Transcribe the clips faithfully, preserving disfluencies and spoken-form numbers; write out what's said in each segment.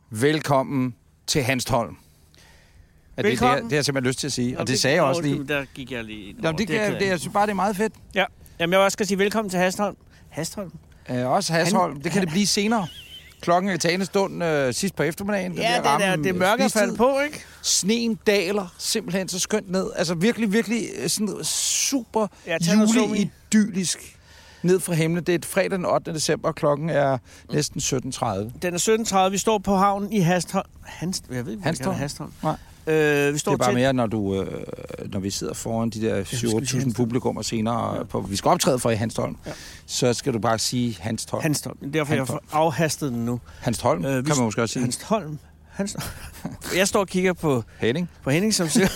Velkommen til Hanstholm. Er det, det, det, det har jeg simpelthen lyst til at sige, Nå, og det, det sagde jeg også lige. Der gik jeg lige ind. Jamen, det, det, det, det, jeg synes bare, det er meget fedt. Ja, Jamen, jeg vil også skal sige velkommen til Hanstholm. Hanstholm? Øh, også Hanstholm. Han, det kan det blive senere. Klokken er talende stund øh, sidst på eftermiddagen. Ja, det, der, det er mørke at falde på, ikke? Sneen daler simpelthen så skønt ned. Altså virkelig, virkelig sådan super juleidyllisk ned fra himlen. Det er et fredag den ottende december, klokken er næsten sytten tredive. Den er sytten tredive. Vi står på havnen i Hanstholm. Hanst, jeg ved ikke, hvad det er Hanstholm. Nej. Øh, vi står det er bare til... mere, når, du, øh, når vi sidder foran de der syv otte tusind publikummer senere, ja. på, vi skal optræde for i Hanstholm, ja. så skal du bare sige Hanstholm. Hanstholm. Derfor har jeg afhastet den nu. Hanstholm, øh, kan man måske også sige. Hanstholm. Hanstholm. Jeg står og kigger på Henning, på Henning som siger,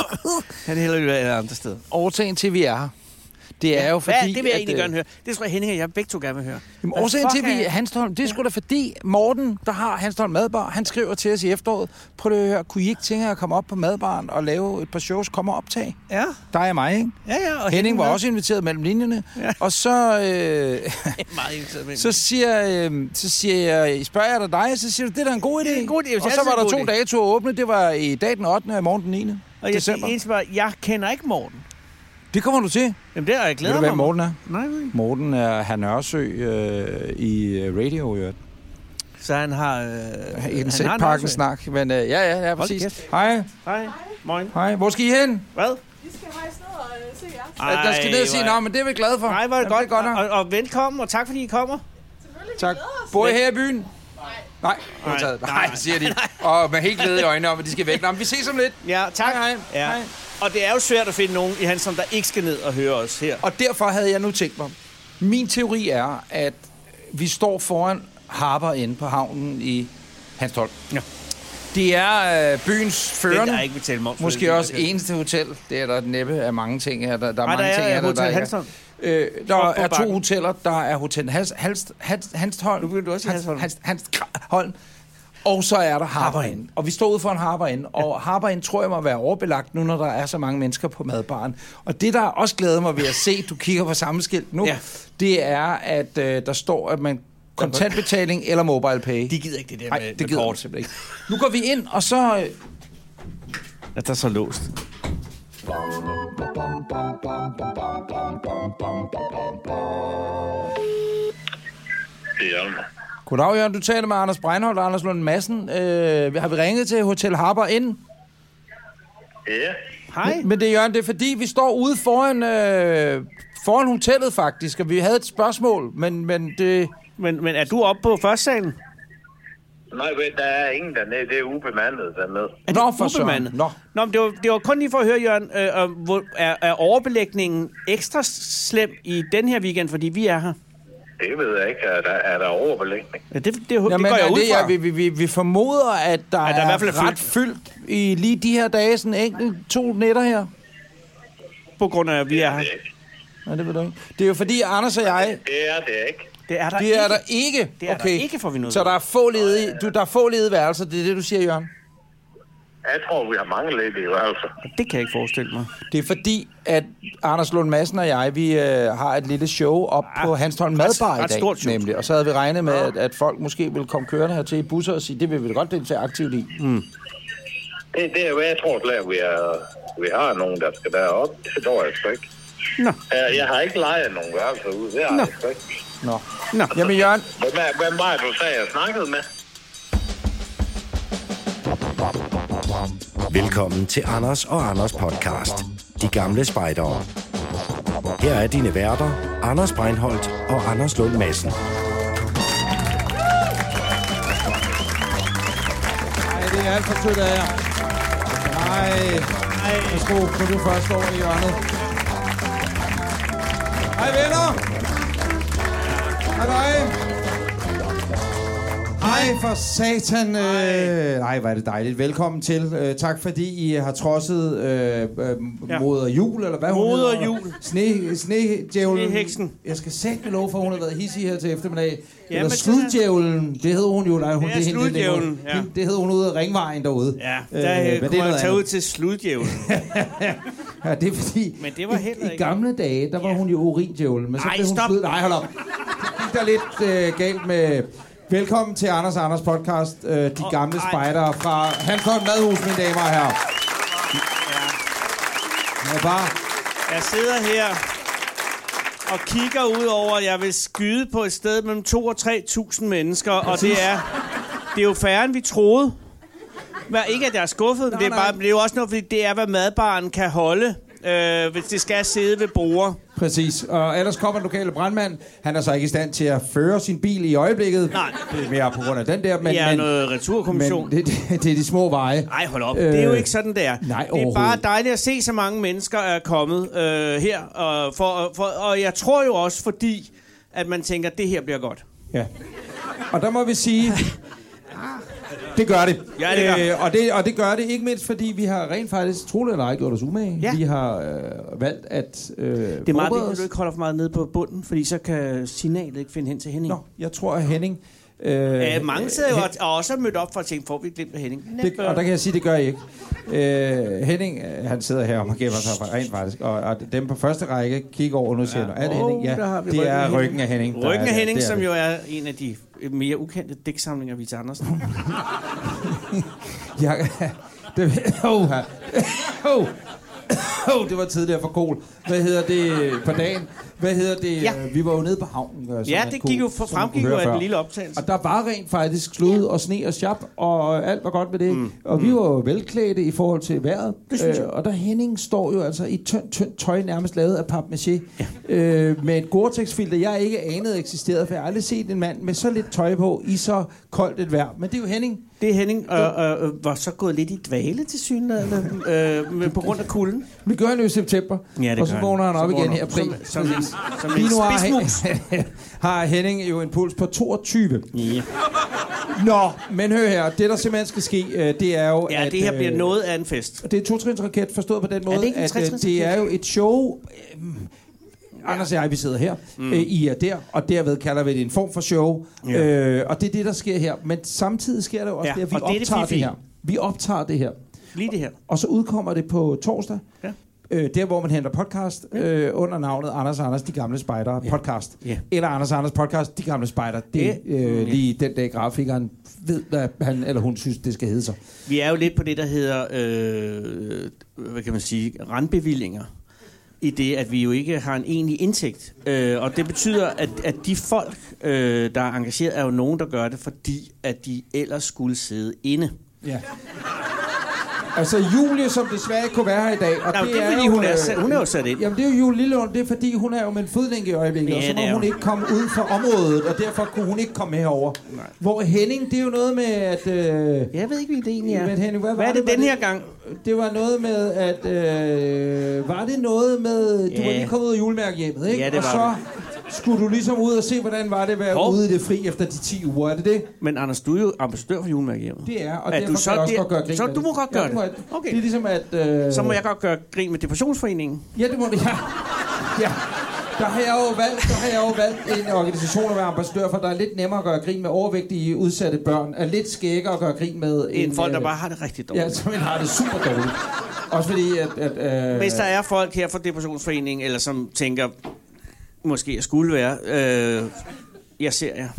han hælder jo alle andre steder. Årsagen til, at vi er her, det er ja, jo fordi... Hvad? Det vil jeg at, egentlig gerne høre. Det tror jeg, Henning og jeg begge to gerne vil høre. Jamen, årsagen til, at vi er Hanstholm, det er sgu da fordi Morten, der har Hanstholm Madbar, han skriver til os i efteråret, prøv at høre, kunne I ikke tænke at komme op på Madbaren og lave et par shows, komme og optage? Ja. Der er mig, ikke? Ja, ja. Og Henning, Henning var med. Også inviteret mellem linjerne. Ja. Og så... Øh, meget inviteret mellem. Så siger, øh, så siger jeg, spørger jeg dig, så siger du, det er da en god idé. Det er en god idé. Og så var der to datoer åbne, det var i dag den ottende og i morgen den niende Og jeg, eneste var, jeg kender ikke Morten. Det kommer du til. Jamen, det er jeg glæder mig. Ved du, hvad Morten er? Nej, nej. Morten er herr Nørresø øh, i radio, jo. Så han har... Øh, en sætpakken snak, men øh, ja, ja, ja, præcis. Hej. Hej. Morgen. Hej. Hvor skal I hen? Hvad? Vi skal hejse ned og øh, se jer. Ej, der skal ned og sige, nå, men det er vi glade for. Nej, var det godt. godt og, og velkommen, og tak fordi I kommer. Selvfølgelig, tak. Bor I her i byen? Nej. Nej, nej, nej, nej, siger de. Og med helt glæde i øjnene om, at de skal væk. Nå, men vi ses om lidt. Ja, tak. Hej, hej. Ja. hej. Og det er jo svært at finde nogen i Hanstholm, der ikke skal ned og høre os her. Og derfor havde jeg nu tænkt mig. Min teori er, at vi står foran Harper inde på havnen i Hanstholm. Ja. Det er øh, byens førende. Det er ikke betalt moms. Måske det, også eneste hotel. Det er der næppe af mange ting her. Der, der er Ej, mange der ting er her, der, Hotel der Hanstholm. Øh, der er to bakken. hoteller. Der er Hotel Hans, Hans, Hans, Hanstholm. Nu bliver du også i Hanstholm. Hans, Hans, Hanstholm. Og så er der Harper Inn. Og vi står ude for en Harper Inn. Og ja. Harper Inn tror jeg må være overbelagt nu, når der er så mange mennesker på madbaren. Og det, der også glæder mig ved at se, du kigger på samme skilt nu, ja. det er, at øh, der står, at man kontantbetaling eller mobile pay. De gider ikke det der Ej, med, det med gider kort. Simpelthen ikke. Nu går vi ind, og så... Øh... Ja, der er så låst. Det er Hjalmar. Goddag, Jørgen. Du taler med Anders Breinholt og Anders Lund Madsen. Øh, har vi ringet til Hotel Harper Inn? Ja. Hej. Men, men det er Jørgen, det er fordi, vi står ude foran, øh, foran hotellet faktisk, og vi havde et spørgsmål, men, men det... Men, men er du oppe på første salen? Nej, der er ingen dernede. Det er ubemandet dernede. Er Nå, for ubemandet? Nå. Nå, men det var, det var kun lige for at høre, Jørgen, øh, hvor, er, er overbelægningen ekstra slem i den her weekend, fordi vi er her? Det ved jeg ikke. Er der, er der overbelægning? Ja, det, det, det, Jamen, det går jeg ud fra. Ja, vi, vi, vi formoder, at der, ja, der er, er i hvert fald ret fyldt i lige de her dage, sådan enkelt to nætter her. På grund af, at vi er her. Nej, det ved du ikke. Det er jo fordi, Anders og jeg... Det er det ikke. Det er der det ikke. Er der ikke. Det er okay. der ikke, får vi noget. Så der er få ledige, du, der er få ledige værelser, det er det, du siger, Jørgen? Jeg tror, vi har mange ledige værelser. Det kan jeg ikke forestille mig. Det er fordi, at Anders Lund Madsen og jeg, vi øh, har et lille show op ja, på Hanstholm Madbar i dag, stort nemlig. Og så havde vi regnet med, at, at folk måske ville komme kørende her til i busser og sige, det vil vi da godt deltage aktivt i. Mm. Det, det er, hvad jeg tror slet, at vi, er, vi har nogen, der skal derop. Det tror jeg sgu ikke. Nå. Jeg, jeg har ikke lejet nogen værelser ud. Det har Nå. jeg sgu ikke. Nå. Nå. Jamen, Jørgen... Hvem, hvem var det, du sagde, jeg snakkede med? Velkommen til Anders og Anders podcast. De gamle spejdere. Her er dine værter, Anders Breinholt og Anders Lund Madsen. Nej, det er alt for sødt af jer. Nej, værsgo, kan du først over i hjørnet. Hej venner! Hej dig! Hej for satan. Øh, nej, hvor er det dejligt. Velkommen til. Øh, tak fordi I har trodset øh, øh, ja. moder jul, eller hvad hun hedder? Moder jul. Sne, snedjævlen. Sneheksen. Jeg skal sætte med lov for, hun har været hissig her til eftermiddag. Ja, eller sludjævlen. Det hed hun jo. Nej, hun, det er sludjævlen. Ja. Det hed hun ude af Ringvejen derude. Ja, der øh, kunne man tage ud til sludjævlen. Ja, det er fordi... Men det var heller ikke... I gamle dage, der var ja. hun jo urindjævlen. Men så Ej, blev hun stop. slud... Nej, hold op. Det gik der lidt øh, galt med... Velkommen til Anders og Anders podcast, øh, De Oh, Gamle ej. Spejdere fra Hancock Madhus, mine damer og herrer. Ja, bare... Jeg sidder her og kigger ud over, at jeg vil skyde på et sted mellem to og tre tusind mennesker, og det er, det er jo færre, end vi troede. Men ikke, at jeg er skuffet, men det er, bare, det er jo også noget, fordi det er, hvad madbaren kan holde, øh, hvis det skal sidde ved borde. Præcis. Og ellers kommer den lokale brandmand. Han er så ikke i stand til at føre sin bil i øjeblikket. Nej. Det er mere på grund af den der. Men, Ja, men, noget returkommission. men det, det, det er de små veje. Nej, hold op. Øh, Det er jo ikke sådan, det er. nej, det er bare overhovedet. dejligt at se, så mange mennesker er kommet øh, her. Og, for, for, og jeg tror jo også, fordi at man tænker, at det her bliver godt. Ja. Og der må vi sige... Det gør det. Ja, det gør. Øh, og, det og det gør det ikke mindst, fordi vi har rent faktisk, troligt eller ej, gjort os umage. Ja. Vi har øh, valgt at øh, Det er meget vigtigt, os. at du ikke holder for meget nede på bunden, fordi så kan signalet ikke finde hen til Henning. Nå, jeg tror, at Henning... Øh, Ja, mange sidder jo Hen- og, og også er mødt op for at tænke, får vi glemt af Henning? det, og der kan jeg sige, det gør jeg ikke. Øh, Henning, øh, han sidder her og markerer sig for rent faktisk. Og, og dem på første række kigger over nu og siger, ja. er det Åh, Henning? Ja, der har vi det ryggen er af Henning. ryggen af Henning. der Ryggen er af det. Henning, Det er som det. jo er en af de mere ukendte digtsamlinger, Vita Andersen. Ja, det, oh, oh, oh, det var tidligere for kol. Hvad hedder det på dagen? Hvad hedder det? Ja. Vi var jo nede på havnen. øh, som Ja, man det kunne- gik jo for, som man kunne fremgik jo høre af før. den lille optagelse. Og der var rent faktisk slud og sne og sjap, og alt var godt med det. Mm. Og vi var jo velklædte i forhold til vejret. Øh, og der Henning står jo altså i tyndt, tyndt tøj, nærmest lavet af papmaché. Ja. Øh, med et Gore-Tex-filter, jeg ikke anede eksisterede, for jeg har aldrig set en mand med så lidt tøj på i så koldt et vejr. Men det er jo Henning. Det er Henning, og, og, og var så gået lidt i dvale til synligheden, øh, med- på grund af kulden. Det gør han jo i september. Ja, det og så gør vågner han han. op Så igen vågner- her i april. som- som en- som en Lige nu har, spidsmus. har Henning jo en puls på toogtyve. Ja, Nå, men hør her. Det, der simpelthen skal ske, øh, det er jo, ja at... det her bliver øh, noget af en fest. Det er to trins raket, forstået på den måde, det ikke en at øh, tretrinsraket? det er jo et show... Øh, Anders og jeg, vi sidder her, mm. øh, I er der, og derved kalder vi det en form for show. Ja. Øh, og det er det, der sker her. Men samtidig sker der jo også Ja, det, at vi og det er det optager det, fiffige. her. Vi optager det her. Lige det her. Og så udkommer det på torsdag. Ja. Øh, der, hvor man henter podcast øh, under navnet Anders og Anders, De Gamle Spejdere Ja. podcast. Ja. Eller Anders og Anders podcast, De Gamle Spejdere. Det er Ja. øh, Ja. lige den dag, grafikeren ved, hvad han eller hun synes, det skal hedde sig. Vi er jo lidt på det, der hedder, øh, hvad kan man sige, randbevillinger. I det, at vi jo ikke har en egentlig indtægt. Øh, og det betyder, at, at de folk, øh, der er engageret, er jo nogen, der gør det, fordi at de ellers skulle sidde inde. Ja. Altså Julie, som desværre ikke kunne være her i dag. Og Nå, det er fordi, jo, hun er øh, sat- hun er jo sat ind. Jamen det er jo Julie Lillelund, det er fordi, hun er jo med en fodlænke i øjeblikket. Ja, og så det må er hun hun. ikke komme ud for området, og derfor kunne hun ikke komme herover. Nej. Hvor Henning, det er jo noget med, at... Øh, Jeg ved ikke, hvad det egentlig er. Men Henning, hvad, Hvad var er det Var den her gang? Det var noget med, at... Øh, var det noget med... Du Ja. var lige kommet ud af julemærkehjemmet, ikke? Ja, det og var så skulle du ligesom ud og se, hvordan var det at være Hov. ude i det fri efter de ti uger. Er det det? Men Anders, du er jo ambassadør for julemærkehjemmet. Det er, og Er derfor du kan så jeg også der- godt gøre grin så med du det. må godt gøre ja, det. Må jeg, det. Okay. Det er ligesom, at... Øh, Så må jeg godt gøre grin med Depressionsforeningen. Ja, det må det, ja. Ja. Der har jeg jo valgt, der har jeg jo valgt en organisation at være ambassadør for, der er lidt nemmere at gøre grin med overvægtige, udsatte børn, er lidt skæggere at gøre grin med En folk, der øh, bare har det rigtig dårligt. Ja, som har det super dårligt. Også fordi, at... at øh, Hvis der er folk her fra Depressionsforeningen, eller som tænker, måske jeg skulle være, øh, jeg ser jer.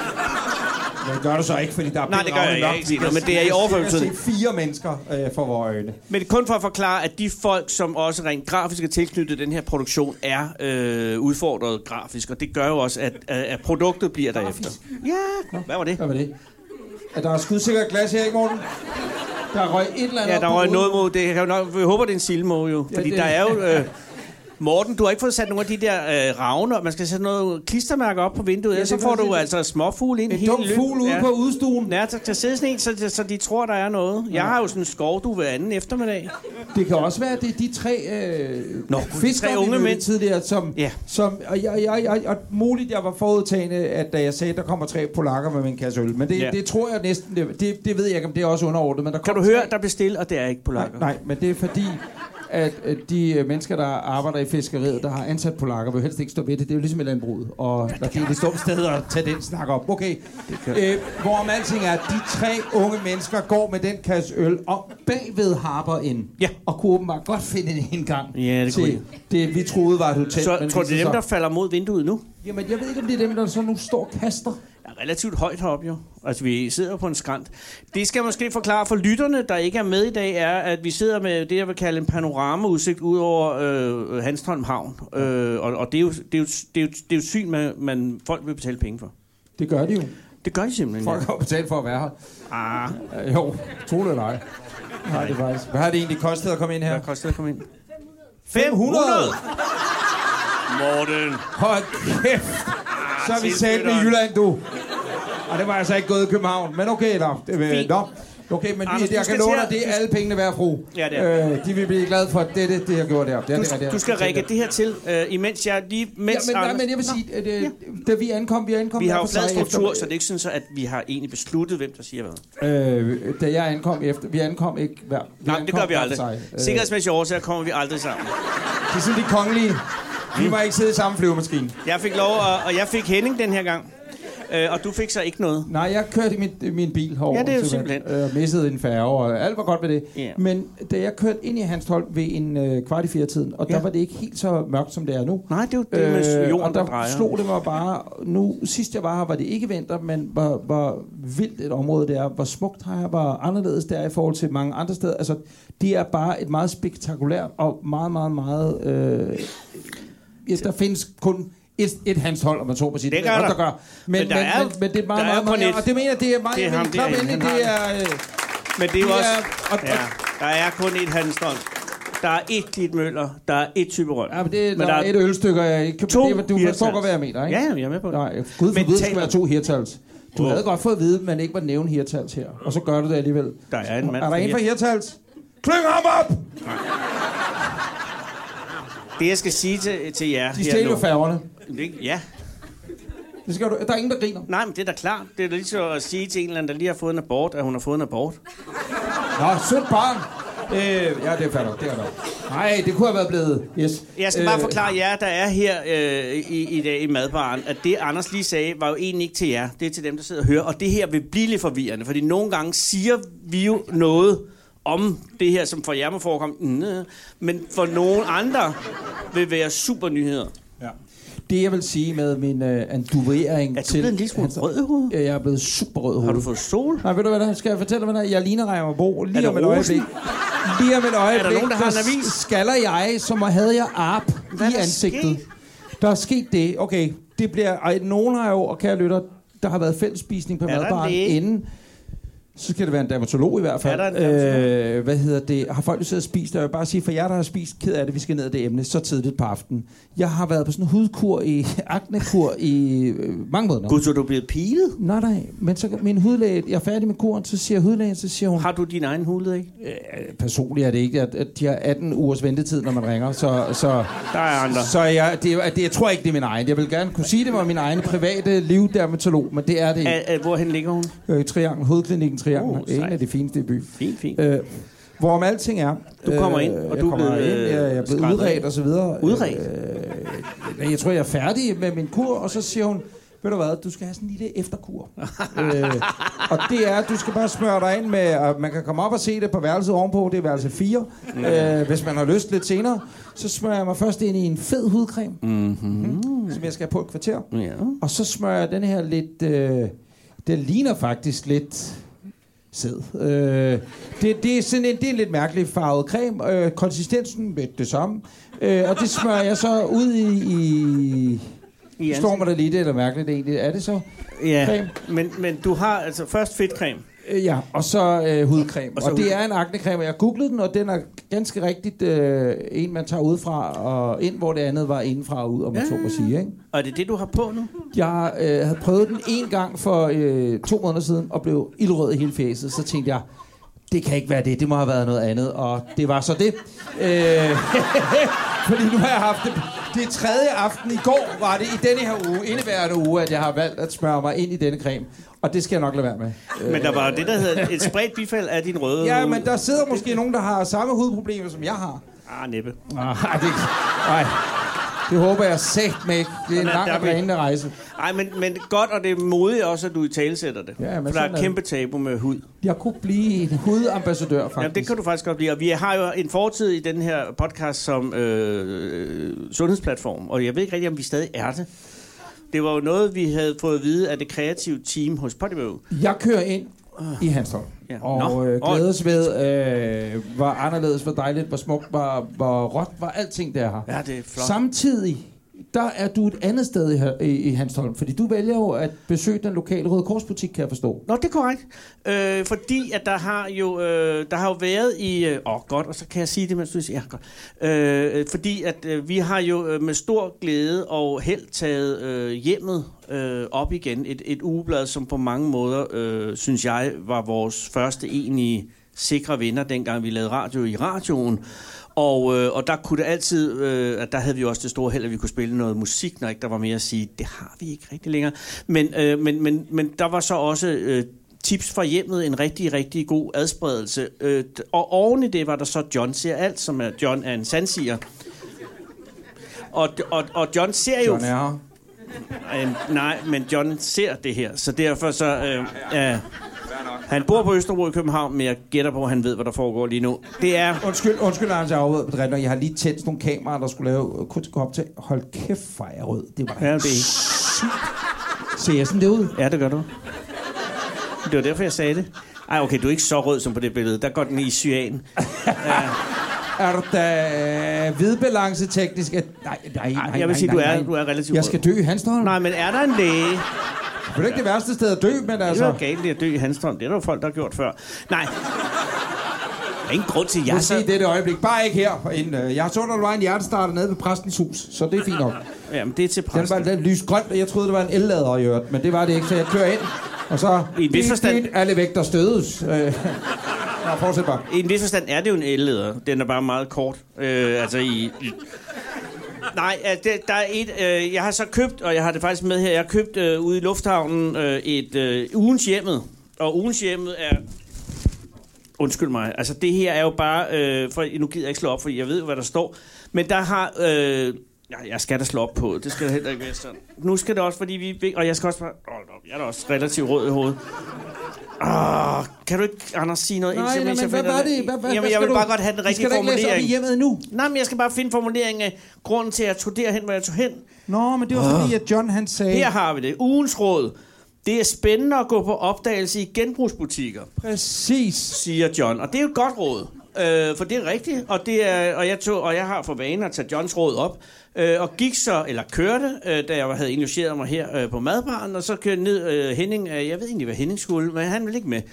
Men det gør du så ikke, fordi der er Nej, det gør jeg nok. ikke sige noget, men det er i overført betydning. Jeg fire mennesker øh, for vores øjne. Men det er kun for at forklare, at de folk, som også rent grafisk er tilknyttet den her produktion, er øh, udfordret grafisk, og det gør jo også, at, at produktet bliver derefter. Ja, hvad var det? Hvad var det? Er der skudsikkert glas her, ikke, Morten? Der røg et eller andet Ja, op der på røg hovedet. noget mod det. Jeg, kan jo nok, jeg håber, det er en sildemåge jo, Ja, fordi det- der er jo... Øh, Morten, du har ikke fået sat nogle af de der øh, ravne, og man skal sætte noget klistermærker op på vinduet, Ja, ja, så det får kan du jeg altså småfugle ind. En helt dum løb. fugl ude Ja. på udstuen. Ja, der kan sidde sådan en, så, så de tror, der er noget. Jeg har jo sådan en skovdue hver anden eftermiddag. Det kan også være, at det er de tre øh, Nå, fiskere, tre unge vi mødte mænd. tidligere, som, Ja. som og, jeg, jeg, jeg, og muligt, jeg var forudtagende, at da jeg sagde, at der kommer tre polakker med en kasse øl. Men det, Ja. det tror jeg næsten, det, det, det ved jeg ikke, om det er også underordnet. Men der Kan kom du høre, tre- der bliver stille, og det er ikke polakker. Nej, nej, men det er fordi, at, at de øh, mennesker, der arbejder i fiskeriet, der har ansat polakker, vil helst ikke stå ved det. Det er jo ligesom et landbrug, og der kan det stå et sted og tage den snak op. Okay, øh, hvorom alting er, at de tre unge mennesker går med den kasse øl og bagved Harper ind, Ja. og kunne åbenbart godt finde en indgang Ja, det kunne til det, vi troede var et hotel. Så men tror du, det er viste dem, der sig falder mod vinduet nu? Jamen, jeg ved ikke, om det er dem, der så nu står og kaster. Ja, relativt højt heroppe jo. Altså, vi sidder på en skrant. Det skal jeg måske forklare for lytterne, der ikke er med i dag, er, at vi sidder med det, jeg vil kalde en panoramaudsigt ud over øh, Hanstholm Havn. Øh, og og det, er jo, det, er jo, det, er jo, det er jo et syn, man, man folk vil betale penge for. Det gør de jo. Det gør de simpelthen. Folk har betalt for at være her. Ah. Øh, jo, tro det eller ej. Nej, det faktisk. Hvad har det egentlig kostet at komme ind her? Hvad kostede at komme ind? fem hundrede! Morten. Hold kæft! Så er vi sat med Jylland, du. Og det var altså ikke gået i København. Men okay, da. Det, nå. Okay, men Anders, jeg kan love dig, det er alle pengene værd, fru. Ja, det er. Øh, de vil blive glade for det, det, det har gjort der. Det er, du, det er, det er, du skal række det her til, øh, imens jeg lige... Mens ja, men, Anders, nej, men jeg vil sige, at, øh, da vi ankom, vi ankom... Vi har jo flad struktur, efter, så det er ikke sådan, så, at vi har egentlig besluttet, hvem der siger hvad. Øh, da jeg ankom efter... Vi ankom ikke hver... Vi Nej, ankom det gør vi aldrig. sig. Sikkerhedsmæssige årsager kommer vi aldrig sammen. Det er sådan de kongelige. Vi må ikke sidde i samme flyvemaskine. Jeg fik lov, og, og jeg fik Henning den her gang. Øh, og du fik så ikke noget. Nej, jeg kørte i min, min bil herover. Ja, det er jo simpelthen. Og øh, missede en færge, og alt var godt med det. Yeah. Men da jeg kørte ind i Hanstholm ved en øh, kvart i fire-tiden, og ja. der var det ikke helt så mørkt, som det er nu. Nej, det er jo det med øh, jorden, og der, der drejer. slog det mig bare... Nu, sidst jeg var her, var det ikke vinter, men hvor, hvor vildt et område det er. Hvor smukt her, hvor anderledes det er i forhold til mange andre steder. Altså, det er bare et meget spektakulært og meget, meget, meget... Øh, ja, der findes kun... Et, et Hanstholm, om man så på sige. Det gør der. der gør. Men, men, men, men, er, men, men det er meget, meget, meget, meget og det mener det er meget, det er ham, det er, det det er, øh, men det er jo også... er, og, ja, der er kun et Hanstholm. Der er et Klitmøller. Der er et Typerød. Ja, men det men der, der er et ølstykke, jeg ikke kan... To det, du forstår godt, hvad jeg mener, ikke? Ja, jeg er med på det. Nej, Gud for Gud, skal være to Hirtals. Du oh. havde godt fået at vide, at man ikke må nævne Hirtals her. Og så gør du det alligevel. Der er en mand Er der en for Hirtals? Klyng ham op! Nej. Det, jeg skal sige til, til jer... De stjæler jo færgerne. Ja. Det skal du, der er ingen, der griner. Nej, men det er da klart. Det er da lige så at sige til en eller anden, der lige har fået en abort, at hun har fået en abort. Nå, sødt barn. Øh, ja, det er færdigt. Det er der. Nej, det kunne have været blevet... Yes. Jeg skal bare øh, forklare jer, der er her øh, i, i dag i madbaren, at det, Anders lige sagde, var jo egentlig ikke til jer. Det er til dem, der sidder og hører. Og det her vil blive lidt forvirrende, fordi nogle gange siger vi jo noget om det her, som for jer må forekomme, mm, men for nogle andre vil være super nyheder. Ja. Det jeg vil sige med min uh, anduvering er du til... blevet en lille smule rød i hovedet? Ja, jeg er blevet super rød i hovedet. Har du fået sol? Nej, ved du hvad der? Skal jeg fortælle dig, hvad der? Jeg ligner Reimer Bo lige om et rosen? øjeblik. Lige om et øjeblik, er der nogen, der har en avis? Skaller jeg, som havde jeg arp hvad i ansigtet. Sket? Der er sket det. Okay, det bliver... Ej, nogen har jo, og kære lytter, der har været fællesspisning på madbaren inden. Så skal det være en dermatolog i hvert fald. Er der en øh, hvad hedder det? Har folk jo siddet og spist? Jeg vil bare sige, for jer, der har spist, ked af det, vi skal ned af det emne, så tidligt på aftenen. Jeg har været på sådan en hudkur i, aknekur i øh, mange måneder. Gud, så er du blevet pilet? Nej, nej. Men så min hudlæge, jeg er færdig med kuren, så siger hudlægen, så siger hun... Har du din egen hudlæge? Øh, personligt er det ikke, at, at de har atten ugers ventetid, når man ringer, så... så der er andre. Så jeg, det, det, jeg tror ikke, det er min egen. Jeg vil gerne kunne sige, det var min egen private livdermatolog, men det er det ikke. A, a, hvorhen ligger hun? Øh, I Triangel, hovedklinikken Triangel. Uh, en af de fineste i byen. Fint, fint. Øh, hvorom alting er... Du kommer ind, og du er blevet... Ind, jeg, jeg er blevet udredt og så videre. Udredt? Øh, jeg tror, jeg er færdig med min kur, og så siger hun... Ved du hvad, du skal have sådan en lille efterkur. øh, og det er, at du skal bare smøre dig ind med, og man kan komme op og se det på værelset ovenpå, det er værelse fire, mm. øh, hvis man har lyst lidt senere. Så smører jeg mig først ind i en fed hudcreme, mm-hmm. Mm, som jeg skal have på et kvarter. Ja. Og så smører jeg den her lidt, øh, det ligner faktisk lidt sæd. Øh, det, det, er sådan en, det er en lidt mærkelig farvet creme, øh, konsistensen er det samme. Øh, og det smører jeg så ud i... i står mig der lige, det eller mærkeligt egentlig. Er det så? Ja, creme? men, men du har altså først fedtcreme. Øh, ja, og så øh, hudcreme. Og, så og det hud... er en aknecreme, og jeg googlede den, og den er ganske rigtigt øh, en, man tager udefra og ind, hvor det andet var indenfra og ud, om man ja. så må sige. Ikke? Og er det det, du har på nu? Jeg øh, havde prøvet den en gang for øh, to måneder siden, og blev ildrød i hele fjeset. Så tænkte jeg, det kan ikke være det, det må have været noget andet, og det var så det. Øh, fordi nu har jeg haft det... Det er tredje aften. I går var det i denne her uge, indeværende uge, at jeg har valgt at smøre mig ind i denne creme. Og det skal jeg nok lade være med. Men der var det, der hedder et spredt bifald af din røde... Ja, men der sidder måske nogen, der har samme hudproblemer, som jeg har. Ah, næppe. Ah, det, nej, det håber jeg sagt med ikke. Det er en lang og drænende rejse. Nej, men, men godt, og det er modigt også, at du i talesætter det. Ja, for der er et kæmpe tabu med hud. Jeg kunne blive en hudambassadør, faktisk. Ja, det kan du faktisk godt blive. Og vi har jo en fortid i den her podcast som øh, sundhedsplatform, og jeg ved ikke rigtig, om vi stadig er det. Det var jo noget, vi havde fået at vide af det kreative team hos Podimo. Jeg kører ind i Hanstholm, ja. og øh, glædes ved, øh, hvor anderledes, hvor dejligt, hvor smukt, hvor, hvor råt, hvor alting der her. Ja, det er flot. Samtidig, der er du et andet sted i, i, i Hanstholm, fordi du vælger jo at besøge den lokale Røde Korsbutik, kan jeg forstå. Nå, det er korrekt. Øh, fordi at der har jo øh, der har jo været i... Åh, øh, oh, godt, og så kan jeg sige det, mens du siger... Ja, godt. Øh, fordi at øh, vi har jo øh, med stor glæde og held taget øh, hjemmet øh, op igen. Et, et ugeblad, som på mange måder, øh, synes jeg, var vores første egentlige sikre vinder, dengang vi lavede radio i radioen. Og, øh, og der kunne det altid, øh, der havde vi også det store held, at vi kunne spille noget musik, når ikke der var mere at sige. Det har vi ikke rigtig længere. Men, øh, men, men, men der var så også øh, tips fra hjemmet, en rigtig, rigtig god adspredelse. Øh, og oven i det var der så John ser alt, som er John er en sandsiger. Og, og, og John ser jo... John er her. Øh, nej, men John ser det her, så derfor så... Øh, øh, han bor på Østerbro i København, men jeg gætter på, at han ved, hvad der foregår lige nu. Det er... Undskyld, undskyld, Anders, jeg afved på driller. Jeg har lige tændt nogle kameraer, der skulle lave kunst op til. Hold kæft, fejrød. Det var ja, det er Ser jeg sådan det ud? Ja, det gør du. Det var derfor, jeg sagde det. Ej, okay, du er ikke så rød som på det billede. Der går den i cyan. ja. Er du da hvidbalance teknisk? Nej, nej, nej, nej. Jeg vil sige, nej, du er, nej. du er relativt Jeg skal dø i Hanstholm. Nej, men er der en læge? Det er ikke det værste sted at dø, men altså... Det er jo galt at dø i Hanstholm. Det er der jo folk, der har gjort før. Nej. Der er ingen grund til, at jeg... Jeg siger det øjeblik. Bare ikke her. Jeg har så, der var en hjertestarter nede ved præstens hus, så det er fint nok. Jamen, det er til præsten. Den var lidt lysgrønt, og jeg troede, det var en el-lader i øvrigt, men det var det ikke, så jeg kører ind, og så... I en vis forstand... Alle vægter stødes. Nå, fortsæt bare. I en vis forstand er det jo en el-lader. Den er bare meget kort. Øh, altså i... Nej, det, der er et... Øh, jeg har så købt, og jeg har det faktisk med her, jeg har købt øh, ude i lufthavnen øh, et øh, ugens hjemmet. Og ugens hjemmet er... Undskyld mig. Altså, det her er jo bare... Øh, for, nu gider jeg ikke slå op, for jeg ved jo, hvad der står. Men der har... Øh, ja, jeg skal da slå op på. Det skal da heller ikke være sådan. Nu skal det også, fordi vi... Og jeg skal også bare... Hold op, jeg er da også relativt rød i hovedet. Oh, kan du ikke, Anders, sige noget? Nej, nej, men hvad var det? Hvad, hvad, Jamen, jeg vil bare godt have den rigtige formulering. Skal du ikke læse op i hjemmet nu? Nej, men jeg skal bare finde formuleringen af grunden til, at jeg tog derhen, hvor jeg tog hen. Nå, men det var fordi, at John han sagde... Her har vi det. Ugens råd. Det er spændende at gå på opdagelse i genbrugsbutikker. Præcis. Siger John. Og det er jo et godt råd. Øh, for det er rigtigt. Og, det er, og, jeg tog, og jeg har for vane at tage Johns råd op. Øh, og gik så, eller kørte, øh, da jeg havde indlogeret mig her øh, på madbaren. Og så kørte ned øh, Henning. Øh, jeg ved egentlig, hvad Henning skulle, men han ville ikke med.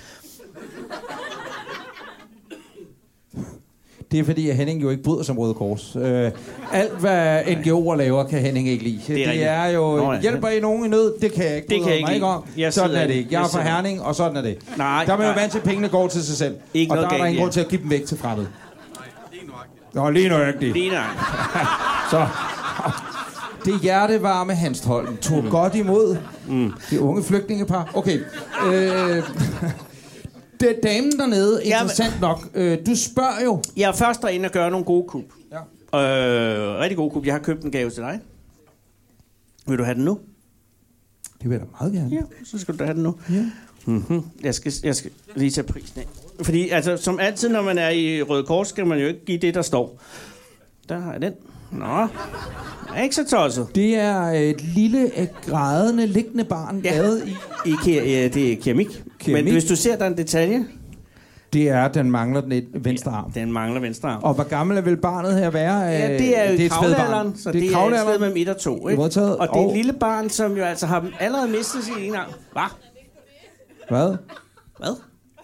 Det er fordi, at Henning jo ikke bryder som Røde Kors. Øh, alt, hvad N G O'er laver, kan Henning ikke lide. Det er, det er jo, Nå, ja. Hjælper I nogen i nød? Det kan jeg ikke. Det kan jeg ikke, ikke om. Sådan er det ikke. Jeg er fra Herning, og sådan er det. Nej, der er man jo vant til, at pengene går til sig selv. Ikke og der er der ingen grund ja. til at give dem væk til fremmede. Nå, lige nøjagtigt. Lige nøjagtigt. Så... Det hjertevarme Hanstholm tog mm. godt imod mm. det unge flygtningepar. Okay. Øh, det damen dernede, interessant ja, nok. Øh, du spørger jo... Jeg er først derinde og gøre nogle gode kub. Ja. Øh, rigtig gode kub. Jeg har købt en gave til dig. Vil du have den nu? Det vil jeg da meget gerne. Ja, så skal du da have den nu. Ja. Mm-hmm. Jeg, skal, jeg skal lige tage prisen af. Fordi altså, som altid, når man er i Røde Kors, skal man jo ikke give det, der står. Der har jeg den. Nå, er ikke så tosset. Det er et lille, grædende, liggende barn, ja. lavet i... I ja, det er keramik. keramik. Men hvis du ser, der er en detalje... Det er, at den mangler den et venstre arm. Ja, den mangler venstre arm. Og hvor gammel vil barnet her være? Ja, det er jo det er kravlealderen, så det, det er et sted mellem et og to. Ikke? Og det er og... et lille barn, som jo altså har allerede mistet sin ene arm. Hvad? Hvad? Hvad?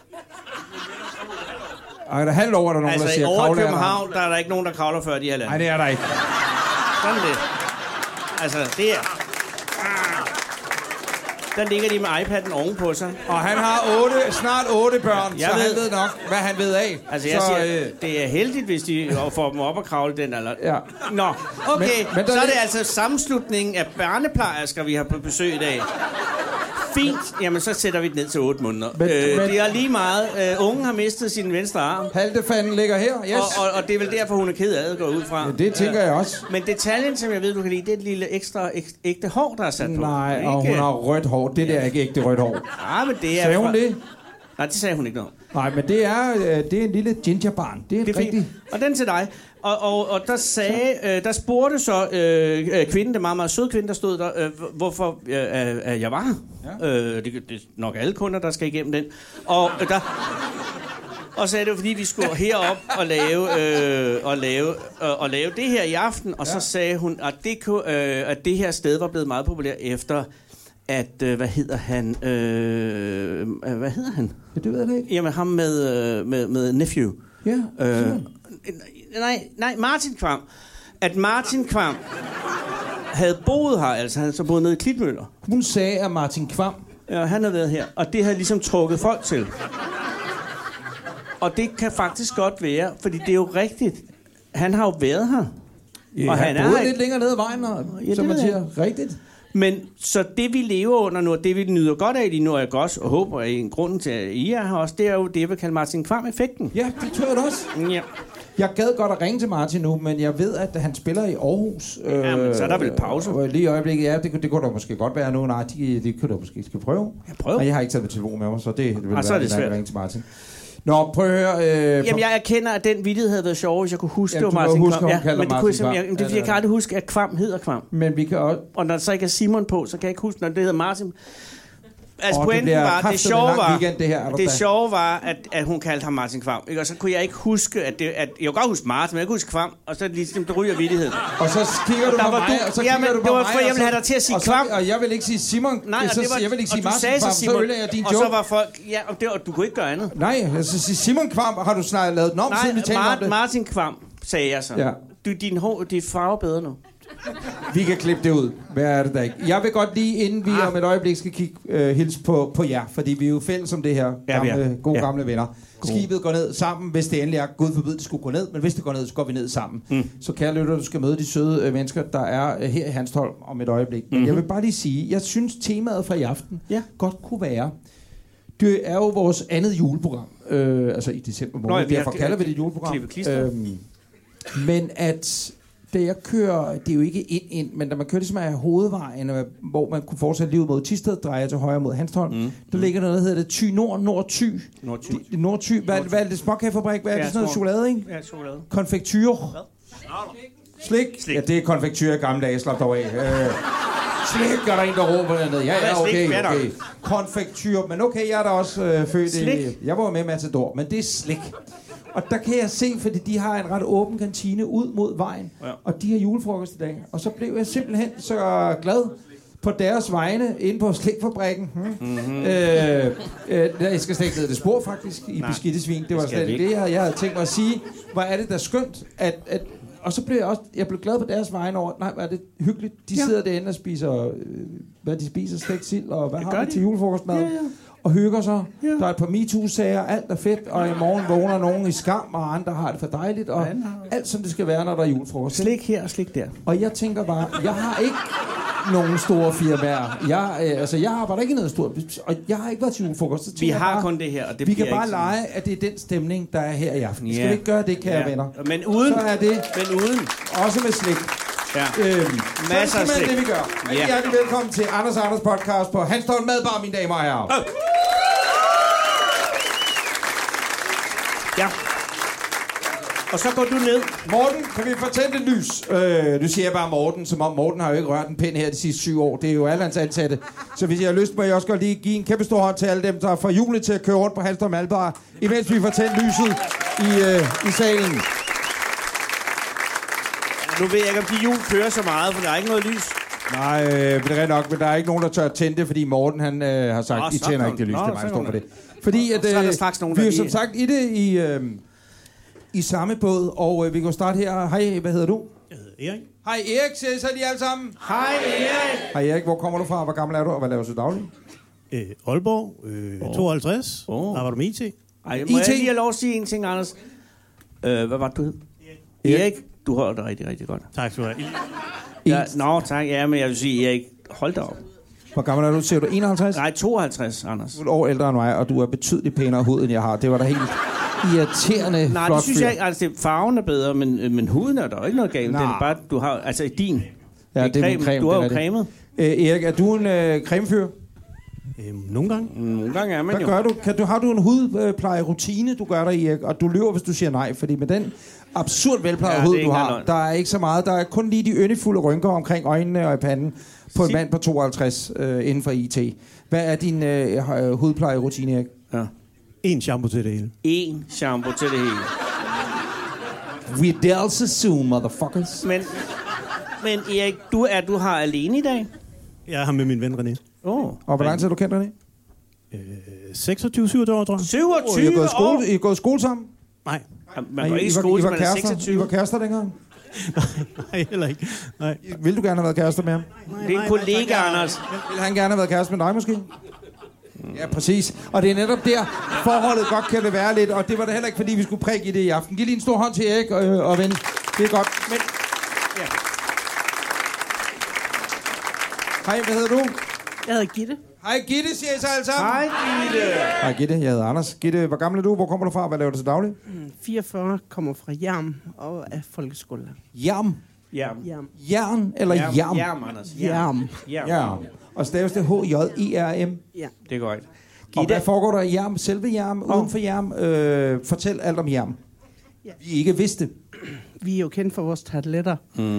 Ej, der er halvt over, der er nogen, altså, der siger over i København, der er der ikke nogen, der kravler før de her lande. Nej, det er der ikke. Sådan det. Altså, det er... Der ligger de med iPad'en ovenpå sig. Og han har otte, snart otte børn, jeg så ved, han ved nok, hvad han ved af. Altså, jeg så, siger, øh... det er heldigt, hvis de får dem op og kravle den eller... Ja. Nå, okay, men, men så er det lidt... altså sammenslutningen af børneplejersker, vi har på besøg i dag. Fint, jamen så sætter vi det ned til otte måneder. Men, øh, men... Det er lige meget. Øh, ungen har mistet sin venstre arm. Haltefanden ligger her, yes. Og, og, og det er vel derfor, hun er ked af at gå ud fra. Ja, det tænker jeg også. Men detaljen, som jeg ved, du kan lide, det er et lille ekstra æg, ægte hår, der er sat på. Nej, og hun har rødt hår. Det der er ikke ægte rødt hår. Ja, men det er... Sagde hun det? Nej, det sagde hun ikke noget. Nej, men det er, øh, det er en lille gingerbarn. Det er, Det er rigtigt. fint. Og den til dig. Og, og, og der sagde, øh, der spurgte så øh, øh, kvinden, det meget, meget søde kvinde, der stod der, øh, hvorfor øh, øh, jeg var her. Ja. Øh, det, det er nok alle kunder, der skal igennem den. Og øh, der... Og så er det jo, fordi vi skulle herop og lave, øh, og lave, øh, og lave det her i aften. Og ja. Så sagde hun, at det, kunne, øh, at det her sted var blevet meget populært efter, at, øh, hvad hedder han? Øh, hvad hedder han? Ja, det ved jeg ikke. Jamen ham med, øh, med, med Nephew. Ja, øh, nej, nej, Martin Kvam. At Martin Kvam havde boet her, altså han havde så boet nede i Klitmøller. Hun sagde, at Martin Kvam... Ja, han havde været her, og det havde ligesom trukket folk til. Og det kan faktisk godt være, fordi det er jo rigtigt. Han har jo været her. Ja, og han er boet lidt længere ned ad vejen, og, ja, som man siger. Jeg. Rigtigt. Men så det, vi lever under nu, og det, vi nyder godt af lige nu, og jeg også og håber, at en grund til, at I er her også, det er jo det, jeg vil kalde Martin Kvam-effekten. Ja, det tror jeg også. Ja. Jeg gad godt at ringe til Martin nu, men jeg ved, at han spiller i Aarhus. Ja, men så er der vel pause. Øh, lige i øjeblikket, ja, det, det kunne da måske godt være nu. Nej, det de kunne da måske skal prøve. Jeg prøver. Nej, jeg har ikke taget med telefon med mig, så det, det vil ah, være, så er det at svært. ringe til Martin. Nå, prøv at høre... Øh, Jamen, jeg erkender, at den vittighed havde været sjov, hvis jeg kunne huske, ja, det var Martin huske, Kvam. Ja, men det kunne jeg, jeg, det, det, jeg kan aldrig huske, at Kvam hedder Kvam. Men vi kan også... Og når der så ikke er Simon på, så kan jeg ikke huske, når det hedder Martin. Altså, oh, pointen var, det sjove var, weekend, det, her, det sjove var at, at hun kaldte ham Martin Kvam. Ikke? Og så kunne jeg ikke huske, at, det, at jeg kunne godt huske Martin, men jeg kunne huske Kvam, og så ligesom, det ryger vittigheden. Og så kigger du på mig, du, og så ja, kigger men, du på det var, mig, for jeg ville have dig til at sige og så, Kvam. Og jeg vil ikke sige Simon. Nej, jeg, så, det var, jeg vil ikke sige og du Martin sagde Kvam, så Simon, så ødelægger jeg din og joke. så var folk, ja, og, det, og du kunne ikke gøre andet. Nej, jeg skal sige Simon Kvam, har du snart lavet den om, Nej, siden vi talte om det? Martin Kvam, sagde jeg så. Ja. Du, din, hår, din farve bedre nu. Vi kan klippe det ud. Hvad er det da ikke? Jeg vil godt lige, inden vi ah. om et øjeblik skal kigge uh, hils på, på jer, fordi vi er jo fælles om det her. Gamle, ja, gode ja. gamle venner. God. Skibet går ned sammen, hvis det endelig er. Gud forbyde, det skulle gå ned, men hvis det går ned, så går vi ned sammen. Mm. Så kære lytter, du skal møde de søde uh, mennesker, der er uh, her i Hanstholm om et øjeblik. Men mm-hmm. jeg vil bare lige sige, jeg synes temaet fra i aften ja. godt kunne være, det er jo vores andet juleprogram, øh, altså i december måned. Nå, ja, derfor kalder vi det et juleprogram. Øhm, men at da jeg kører, det er jo ikke ind ind, men da man kører ligesom af hovedvejen, hvor man kunne fortsætte livet mod Thisted, drejer til højre mod Hanstholm, mm. der ligger noget, der hedder det Thy Nord, Nord Thy. Nord Thy. Det, Nord Thy. Hvad, hvad er det? Småkagefabrik? Hvad er ja, det? Sådan noget chokolade, ikke? Ja, chokolade. Konfektyr. Slik? Slik? Ja, det er konfektyr i gamle dage, slap dog af. Øh, slik, gør der en, der råber dernede. Ja, ja, okay, okay. Konfektyr. Men okay, jeg er da også øh, født slik. i... Jeg var jo med Matador, men det er slik. Og der kan jeg se, fordi de har en ret åben kantine ud mod vejen, ja. Og de har julefrokost i dag. Og så blev jeg simpelthen så glad på deres vegne inde på slikfabrikken. Hmm. Mm-hmm. Øh, øh, jeg skal slet ikke ned det spor faktisk i Nej, beskidte svin. Det var slet ikke det, jeg, jeg havde tænkt mig at sige. Hvor er det da skønt, at... at og så blev jeg også, jeg blev glad på deres vegne over, nej, hvor er det hyggeligt. De ja. sidder derinde og spiser, øh, hvad de spiser, stegt sild, og hvad det har de til julefrokostmad? Ja, ja. Og hygger sig. Ja. Der er et par MeToo-sager, alt er fedt, og i morgen vågner nogen i skam, og andre har det for dejligt, og alt som det skal være, når der er julefrokost. Slik her og slik der. Og jeg tænker bare, jeg har ikke nogen store firmaer. Jeg, øh, altså, jeg arbejder ikke i noget stort, og jeg har ikke været til julefrokost. Vi har bare, kun det her, og det vi kan bare lege, at det er den stemning, der er her i aften. Yeah. Skal vi ikke gøre det, kære yeah. venner? Men uden. Så er det men uden. også med slik. Ja. Øhm, Masser af slik. det, vi gør. Men yeah. hjertelig velkommen til Anders Anders podcast på Hanstholm Madbar, mine damer og herrer. Oh. Ja. Og så går du ned. Morten, kan vi få tændt et lys? Øh, du siger bare Morten, som om Morten har jo ikke rørt en pind her de sidste syv år. Det er jo alle hans ansatte. Så hvis jeg har lyst, må jeg også godt lige give en kæmpe stor hånd til alle dem, der får julet til at køre rundt på Hanstholm Madbar, imens vi får tændt lyset i, øh, i salen. Nu ved jeg ikke, om de jul kører så meget, for der er ikke noget lys. Nej, øh, det er rigtig nok, men der er ikke nogen, der tør tænde det, fordi Morten han, øh, har sagt, Nå, I tænder ikke det lys, det er mig, der står for det. Fordi at, øh, vi er jo som sagt i det i... Øh, i samme båd, og øh, vi kan starte her. Hej, hvad hedder du? Jeg hedder Erik. Hej Erik, siger så de alle sammen. Hej Erik. Hej Erik, hvor kommer du fra? Hvor gammel er du, og hvad laver du dagligt? Øh, Aalborg, øh, oh. tooghalvtreds. Oh. Arbejder med I T. Ej, må I T? Jeg lige have lov at sige en ting, Anders? Øh, hvad var det, du hed? Erik. Erik, du holder dig rigtig, rigtig godt. Tak skal du have. Ja, nå, tak. Ja, men jeg vil sige, Erik, hold da op. Hvor gammel er du? Siger du enoghalvtreds? Nej, tooghalvtreds, Anders. Du er et år ældre end mig, og du er betydeligt pænere hud, end jeg har. Det var da helt irriterende. Nej, flot det synes fyr. jeg ikke. Altså, farven er bedre, men, men huden er der ikke noget galt. Den er bare, du har, altså i din. Ja, det er creme, min creme. Du har jo cremet. Øh, Erik, er du en øh, cremefyr? Øhm, nogle gange. Nogle gange er man Hvad jo. gør du? Kan du? Har du en hudplejerutine, du gør der, Erik? Og du lyver, hvis du siger nej, fordi med den absurd velplejede Ja, hud, det er du ikke har, løgn. der er ikke så meget. Der er kun lige de yndefulde rynker omkring øjnene og i panden på en Sig- mand på tooghalvtreds øh, inden for I T. Hvad er din øh, hudplejerutine, Erik? Ja. En shampoo til det hele. En shampoo til det hele. We deal so soon, motherfuckers. Men, men Erik, du er du har alene i dag? Jeg er her med min ven René. Oh. Og hvor lang tid har du kendt René? Øh, seksogtyve syvtyve år, tror jeg. syvogtyve I har gået i år? skole, I har gået i skole sammen? Nej, Man går I- ikke i I var- skole, I hvis var man er kærester? I seksogtyve. var kærester dengang? nej, heller ikke. Nej. Vil du gerne have været kærester med ham? Det er en kollega, Anders. Vil han gerne have været kæreste med dig, måske? Ja, præcis. Og det er netop der, forholdet godt kan det være lidt, og det var da heller ikke, fordi vi skulle præge i det i aften. Giv lige en stor hånd til Erik og, og ven. Det er godt. Men, ja. Hej, hvad hedder du? Jeg hedder Gitte. Hej, Gitte, siger I så alle sammen. Hej, Gitte. Hej, Gitte. Jeg hedder Anders. Gitte, hvor gammel er du? Hvor kommer du fra? Hvad laver du til daglig? fireogfyrre, kommer fra Hjerm og er folkeskole. Jern. Jern. Hjerm. Jern eller jern? Jern, Jern, Anders. Hjerm. Jern. Jern. Og staves det H J I R M. Ja. Det er godt. Og Gitte, hvad foregår der i Hjerm? Selve Hjerm? Uden for Hjerm? Øh, fortæl alt om Hjerm. Ja. Vi ikke vidste. Vi er jo kendt for vores tarteletter.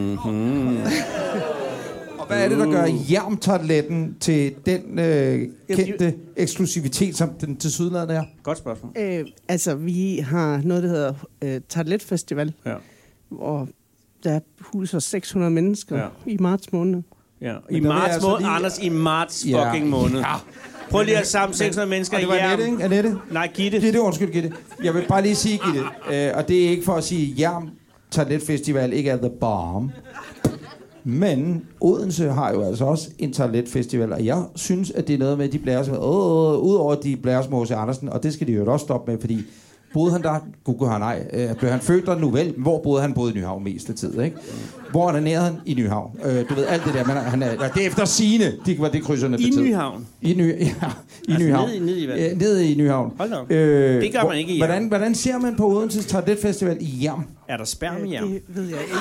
Og hvad er det, der gør Hjerm-tarteletten til den øh, kendte eksklusivitet, som den til sydlandet er? godt spørgsmål. Øh, altså, vi har noget, der hedder øh, Tarteletfestival, Ja. hvor der huser seks hundrede mennesker Ja. i marts måned. Ja. I Men der vil jeg marts altså måned, lige- Anders, i marts Ja. fucking måned. Ja. Prøv lige at samle seks hundrede mennesker Og i det var Annette, Jern. ikke? Annette? Nej, Gitte. Gitte, undskyld, Gitte. Jeg vil bare lige sige, Gitte, øh, og det er ikke for at sige, at Hjerm Tarteletfestival ikke er the bomb. Men Odense har jo altså også en tarteletfestival, og jeg synes, at det er noget med, at de blærer sig med, åh, udover at de blærer sig med H C Andersen, og det skal de jo også stoppe med, fordi boede han der? Google han nej. Øh, blev han født der nu vel? Hvor boede han? Boede i Nyhavn mest af tid, ikke? Hvor er han? I Nyhavn. Øh, du ved, alt det der, man, han er, det er efter sigende, det var det krydserne I betød. Nyhavn. I, ny, ja, i Altså Nyhavn. nede i- nede i hvad? Øh, nede i Nyhavn. Hold da op. Øh, Det gør man ikke i Hjerm. hvordan, hvordan ser man på Odenses Tarteletfestival i Hjerm? Er der sperm i Øh, Jern? det ved jeg ikke.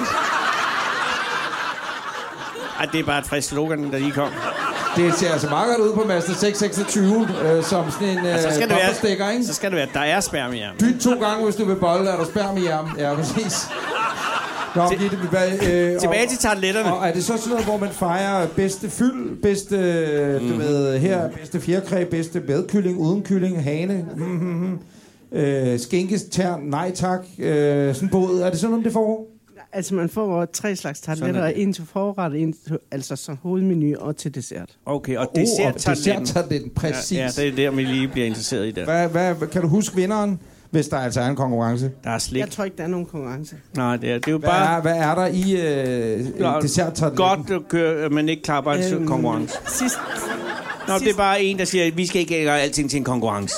Ej, det er bare et frisk slogan, der lige kom. Det ser altså meget godt ud på Master seks seksogtyve, øh, som sådan en øh, Altså, så skal det bumpersticker, være, ikke? så skal det være, der er sperm i Jern. Byt to gange, hvis du vil bolle, er der sperm i Hjerm. Ja, præcis. Nå, Til- Gitte, hvad, øh, Tilbage og- til tarteletterne. Og er det så sådan noget, hvor man fejrer bedste fyld, bedste, mm. du ved, her, bedste fjerkræ, bedste medkylling, uden kylling, hane, mm-hmm, øh, skænkes, tern, nej tak, øh, sådan båd. Er det sådan noget, det foregår? Altså, man får tre slags tarteletter, Sådan er en til forret, en til, altså som hovedmenu og til dessert. Okay, og Oh, dessert-tarteletten. dessert-tarteletten, præcis. Ja, ja, det er der, vi lige bliver interesseret i der. Hvad, hvad, kan du huske vinderen, hvis der altså er en konkurrence? Der er slik. Jeg tror ikke, der er nogen konkurrence. Nej, det er, det er jo Hvad bare er, hvad er der i øh, Nå, dessert-tarteletten? godt, at køre, at man ikke klapper en Øhm, konkurrence. Sidst, Nå, det er bare en, der siger, at vi skal ikke gøre alting til en konkurrence.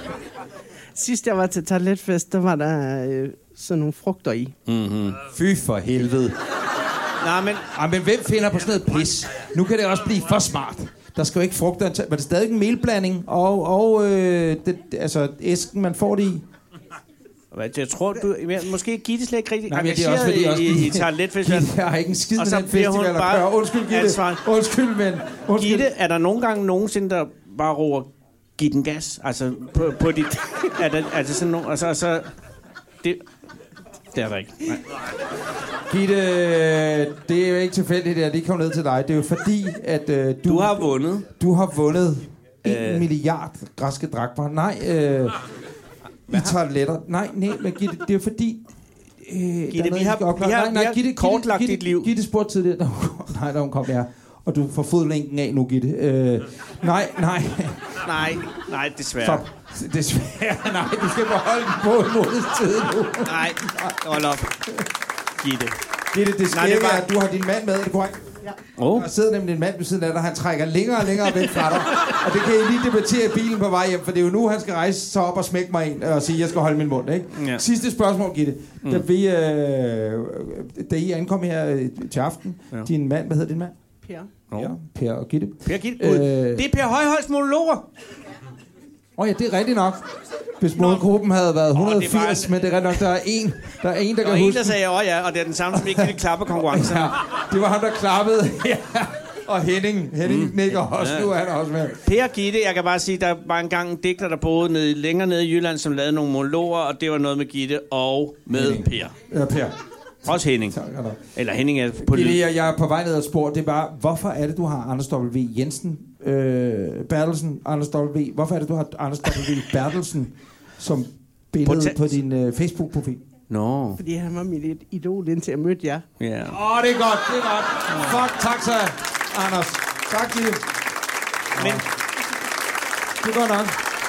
sidst jeg var til tarteletfest, der var der øh, sådan nogle frugter i. Fy for helvede. Nej, men Ej, men hvem finder på sådan noget pis? Nu kan det også blive for smart. Der skal jo ikke frugter. Var det stadig en melblanding? Og, og øh, det, altså æsken, man får det i? hvad, jeg tror, du måske Gitte slet ikke rigtig Nej, men det er også engageret fordi, også i, i, i Gitte- tarteletfestivalen. Gitte har ikke en skid Og med så den bliver hun festival at bare gøre. Undskyld, Gitte. ansvarlig. Undskyld, men. Undskyld. Gitte, er der nogle gange nogensinde, der bare råber, giv den gas? Altså, på, på dit... Er der, altså sådan nogle... Altså, altså, det, det er der ikke. Nej. Gitte, det er jo ikke tilfældigt, at jeg lige kom ned til dig. Det er jo fordi, at øh, du, Du har vundet. du har vundet en Øh. milliard græske drakmer. Nej, øh, i tarteletter. Nej, nej, men Gitte, det er jo fordi... Øh, Gitte, vi har- vi har- vi har kortlagt Gitte, dit liv. Gitte spurgte tidligere, da hun kom, nej, da hun kom her. Og du får fodlænken af nu, Gitte. Øh, nej, nej. Nej, nej, desværre. Stop. Desværre, nej. Du skal beholde den på en måneds tid nu. Nej, hold op. Gitte. Gitte, det Nej, sker det var- at du har din mand med, er det korrekt? Oh. Der sidder nemlig en mand ved siden af dig, han trækker længere og længere væk fra dig. Og det kan I lige debattere i bilen på vej hjem, for det er jo nu, han skal rejse sig op og smække mig ind og sige, jeg skal holde min mund, ikke? Ja. Sidste spørgsmål, Gitte. Mm. Da, vi, øh, da I ankom her øh, til aften, Ja. din mand, hvad hedder din mand? Per. Oh. Ja, Per og Gitte. Per Gitte. Øh. Øh. Det er Per Højholds monologer. Åh oh, ja, det er rigtigt nok. Hvis målgruppen havde været et hundrede og firs, det var- men det er rigtigt nok, der er en, der, er en, der Der kan var en, huske. der sagde, åh ja, og det er den samme, som ikke ville klappe konkurrencen. Ja, det var ham, der klappede. Ja. Og Henning, Henning mm. nikker også, ja. Nu er han også med. Per Gitte, jeg kan bare sige, der var engang en digter, der boede nede, længere nede i Jylland, som lavede nogle monologer, og det var noget med Gitte og med Henning. Per. Ja, Per. Også Henning. Tak, eller Henning er på lyd. Jeg, jeg er på vej ned og spurgte, det er bare, hvorfor er det, du har Anders W. Jensen, øh, Bertelsen, Anders W. Hvorfor er det, du har Anders W. Bertelsen som billede Potent. På din øh, Facebook-profil? Nå. No. Fordi han var mit idol, indtil jeg mødte jer. Ja. Yeah. Åh, oh, det er godt, det er godt. Fuck, tak så, Anders. Tak, Gitte. Men det er godt nok.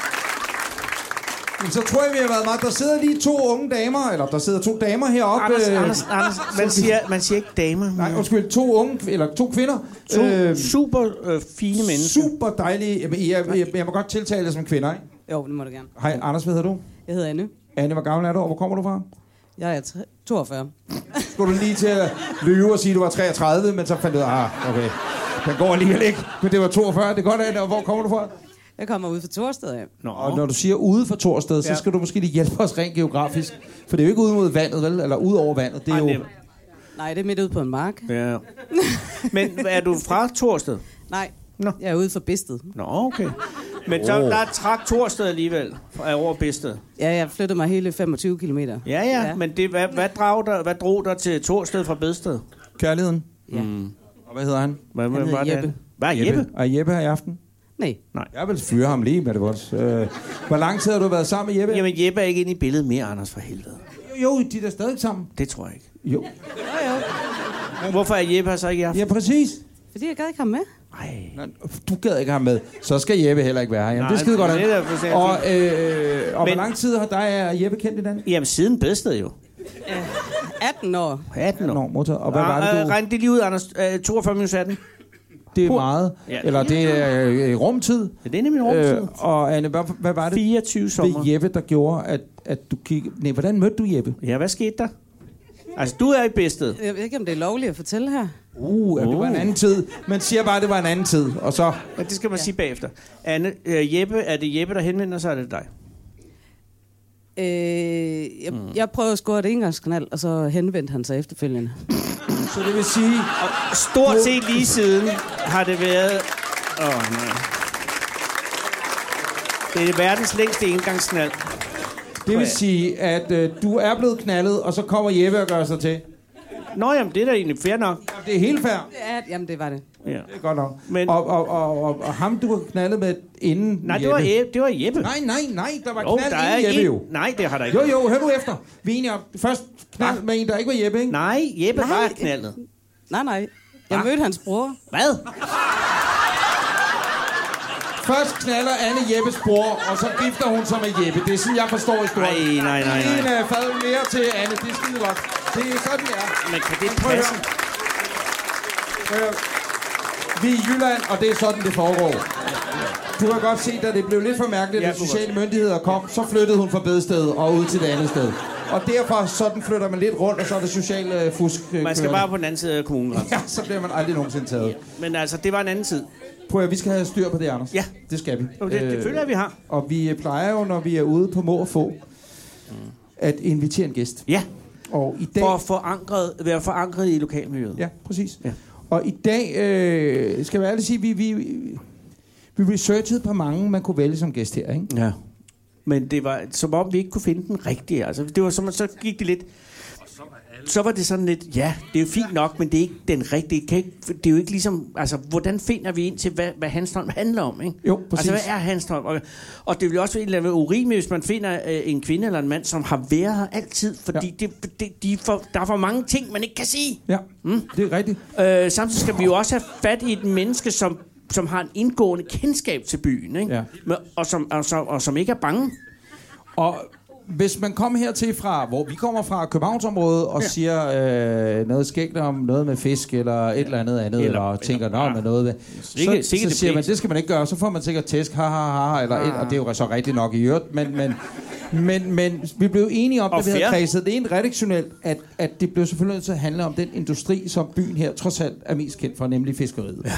Men så tror jeg, vi har været meget. Der sidder lige to unge damer, eller der sidder to damer heroppe. Anders, øh, Anders, Anders man, siger, man siger ikke damer. Nej, undskyld, to unge, eller to kvinder. To øh, super øh, fine mennesker. Super dejlige. Jeg, jeg, jeg, jeg må godt tiltale dig som kvinder, ikke? Jo, det må du gerne. Hej, Anders, hvad hedder du? Jeg hedder Anne. Anne, hvor gammel er du, og hvor kommer du fra? Jeg er toogfyrre. Skulle du lige til at lyve og sige, at du var treogtredive, men så fandt du ud af, ah, okay, den går alligevel ikke. Men det var toogfyrre, det er godt, Anne, og hvor kommer du fra? Jeg kommer ud fra Torsted af. Nå. Og når du siger ude fra Torsted, ja. Så skal du måske lige hjælpe os rent geografisk. For det er jo ikke ude mod vandet, vel? Eller ude over vandet. Det er jo... Nej, det er midt ude på en mark. Ja. Men er du fra Torsted? Nej, Nå. Jeg er ude for Bisted. Nå, okay. Men så, der trak Torsted alligevel over Bisted. Ja, jeg flyttede mig hele femogtyve kilometer. Ja, ja, ja. Men det, hvad, hvad, drog der, hvad drog der til Torsted fra Bisted? Kærligheden. Ja. Mm. Og hvad hedder han? Hvad, han hedder Jeppe. Det? Hvad er Jeppe? Jeppe? Er Jeppe her i aften? Nej. Nej. Jeg vil fyre ham lige med det godt. Øh, hvor lang tid har du været sammen med Jeppe? Jamen, Jeppe er ikke inde i billedet mere, Anders, for helvede. Jo, jo, de er da stadig sammen. Det tror jeg ikke. Jo. Ja, jo. Hvorfor er Jeppe her så ikke i aften? Ja, præcis. Fordi jeg gad ikke ham med. Nej. Du gad ikke ham med. Så skal Jeppe heller ikke være her. Jamen, Nej, det er skide godt. Det er og øh, og Men, hvor lang tid har dig og Jeppe kendt hinanden? Jamen, siden Bedsted jo. atten år. atten år. Modtaget. Og hvad var det, du... Regn det lige ud, Anders. toogfyrre minus atten. Det er meget. Ja. Eller det er øh, rumtid. Ja, det er nemlig rumtid. Øh, og Anne, hvad, hvad var det fireogtyve sommer ved Jeppe, der gjorde, at, at du kiggede... Nej, hvordan mødte du Jeppe? Ja, hvad skete der? Altså, du er i Bedsted. Jeg ved ikke, om det er lovligt at fortælle her. Uh, ja, det var en anden tid. Man siger bare, at det var en anden tid, og så... Ja, det skal man ja. sige bagefter. Anne, øh, Jeppe, er det Jeppe, der henvender sig, eller er det dig? Øh, jeg, mm. jeg prøvede at score et engangsknald, og så henvendte han sig efterfølgende. Så det vil sige... Og stort set lige siden har det været... Åh, oh, nej. Det er verdens længste engangsknald. Det vil sige, at øh, du er blevet knaldet, og så kommer Jeppe og gør sig til. Nå, jamen, det er da egentlig fair nok. Jamen, det er helt fair. Ja, jamen, det var det. Ja. Det er godt nok. Men... Og, og, og, og, og ham, du har knaldet med inden Nej, Jeppe. det var, Jeppe. det var Jeppe. Nej, nej, nej, der var jo, knald der inden Jeppe en... jo. Nej, det har der ikke. Jo, jo, hør nu efter. Vi er enige om, først knald med en, der ikke var Jeppe, ikke? Nej, Jeppe nej. var knaldet. Nej, nej. Jeg Hva? mødte hans bror. Hvad? Først knaller Anne Jeppes bror, og så gifter hun sig med Jeppe. Det er sådan, jeg forstår historien. Nej, nej, nej, nej. En uh, fad mere til Anne, det er skide godt. Det er sådan, det er. Men kan det passe? Vi er i Jylland, og det er sådan, det foregår. Du kan godt se, at det blev lidt for mærkeligt, at de sociale myndigheder kom. Så flyttede hun fra bedestedet og ud til det andet sted. Og derfor sådan flytter man lidt rundt, og så er det social uh, fusk. Uh, man skal bare på den anden side af kommunen. Ja, så bliver man aldrig nogensinde taget. Ja. Men altså, det var en anden tid. Prøv at vi skal have styr på det, Anders. Ja. Det skal vi. Jo, det, det føler jeg, vi har. Og vi plejer jo, når vi er ude på Må og Få, mm. at invitere en gæst. Ja. Og i dag... For at forankret, være forankret i lokalmiljøet. Ja, præcis. Ja. Og i dag, øh, skal vi ærligt sige, vi, vi, vi researchede på mange, man kunne vælge som gæst her, ikke? Ja. Men det var som om, vi ikke kunne finde den rigtige. Altså, det var som, så gik det lidt... Så var det sådan lidt, ja, det er jo fint nok, men det er ikke den rigtige. Kan ikke, det er jo ikke ligesom, altså, hvordan finder vi ind til, hvad, hvad Hanstholm handler om, ikke? Jo, præcis. Altså, hvad er Hanstholm? Og, og det vil også være en urimeligt, hvis man finder øh, en kvinde eller en mand, som har været her altid, fordi ja. det, det, de for, der er for mange ting, man ikke kan sige. Ja, mm? det er rigtigt. Øh, samtidig skal vi jo også have fat i et menneske, som, som har en indgående kendskab til byen, ikke? Ja. Men, og, som, og, som, og som ikke er bange. Og... Hvis man kommer hertil fra, hvor vi kommer fra, Københavnsområdet, og ja. siger øh, noget skægt om noget med fisk, eller et eller andet andet, eller, eller tænker noget ja. med noget med, så, ikke, så, så siger det man, det skal man ikke gøre, så får man sikkert tæsk, ha, ha, ha, eller et, og det er jo så rigtigt nok i øvrigt, men, men, men, men vi blev enige om, at vi havde kredset det ind redaktionelt, at, at det blev selvfølgelig nødt til at handle om den industri, som byen her trods alt er mest kendt for, nemlig fiskeriet. Ja.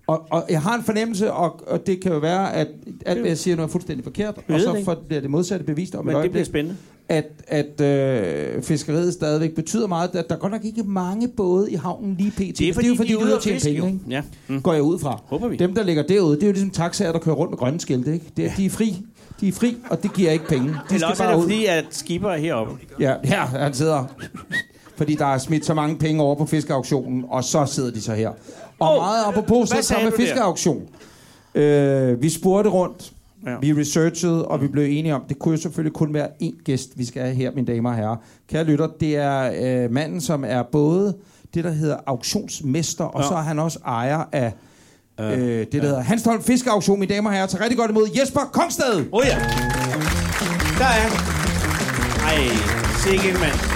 Og, og jeg har en fornemmelse, og, og det kan jo være, at alt, hvad jeg siger nu er fuldstændig forkert, og så får det, det modsatte bevist om Men det bliver spændende. At, at øh, fiskeriet stadigvæk betyder meget, at der godt nok ikke mange både i havnen lige pt. Det er fordi, det er jo fordi, de er de er ude ude at tjene at fiske, penge, ikke? Ja. Mm. Går jeg ud fra. Håber vi. Dem, der ligger derude, det er jo ligesom taxaer, der kører rundt med grønne skilte, ikke? Det er, ja. De er fri. De er fri, og det giver ikke penge. De Eller også er det fordi, at skipper er heroppe. Ja, ja, han sidder... Fordi der er smidt så mange penge over på fiskeauktionen, og så sidder de så her. Og oh, meget apropos så med fiskeauktion. Øh, vi spurgte rundt, ja. Vi researchede, og vi blev enige om, det kunne jo selvfølgelig kun være én gæst, vi skal have her, mine damer og herrer. Kære lytter, det er øh, manden, som er både det, der hedder auktionsmester, og ja. Så er han også ejer af øh, det, der ja. hedder Hanstholm Fiskeauktion, mine damer og herrer. Tag rigtig godt imod Jesper Kongsted. Åh oh, ja. Der er han. Ej, sikke en mand.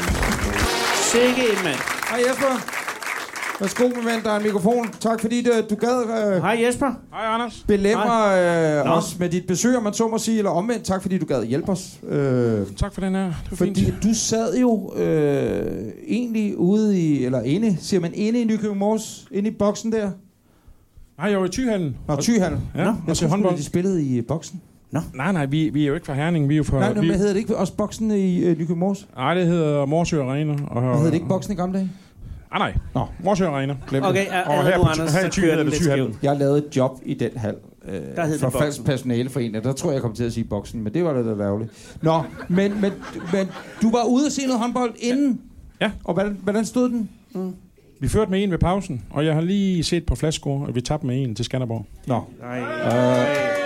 Sikke en mand. Hej Jesper. Værsgo, min ven, der er en mikrofon. Tak fordi du, du gad... Øh, Hej Jesper. Hej Anders. Belemmer øh, os med dit besøg, om man så må sige, eller omvendt. Tak fordi du gad hjælpe os. Øh, tak for den her. Det var fordi fint. du sad jo øh, egentlig ude i... Eller inde, siger man inde i Nykøbing Mors? Inde i boksen der? Nej, jeg var i Thyhallen. Nå, Thyhallen. Ja, Nå, jeg tror, håndbold. De spillede i boksen. Nå. Nej, nej, vi, vi er jo ikke fra Herning, vi er jo fra... Nej, men vi... hedder det ikke også boksen i øh, Nykøbing Mors? Nej, det hedder Morsø Arena. Og, hvad hedder det ikke boksen i gamle dage? Ah, nej. Nå, Morsø Arena. Glem okay, det. er, og er her, nu, Anders, her i Thy hedder det Thyhallen. Jeg lavede et job i den hal. Øh, for falsk personaleforening. Der tror jeg, jeg kom til at sige boksen, men det var da da lavligt. Nå, men, men, men du var ude at se noget håndbold inden? Ja. Og hvordan, hvordan stod den? Mm. Vi førte med en ved pausen, og jeg har lige set på flaskescore, at vi tabte med en til Skanderborg. Nå. Nej. Øh,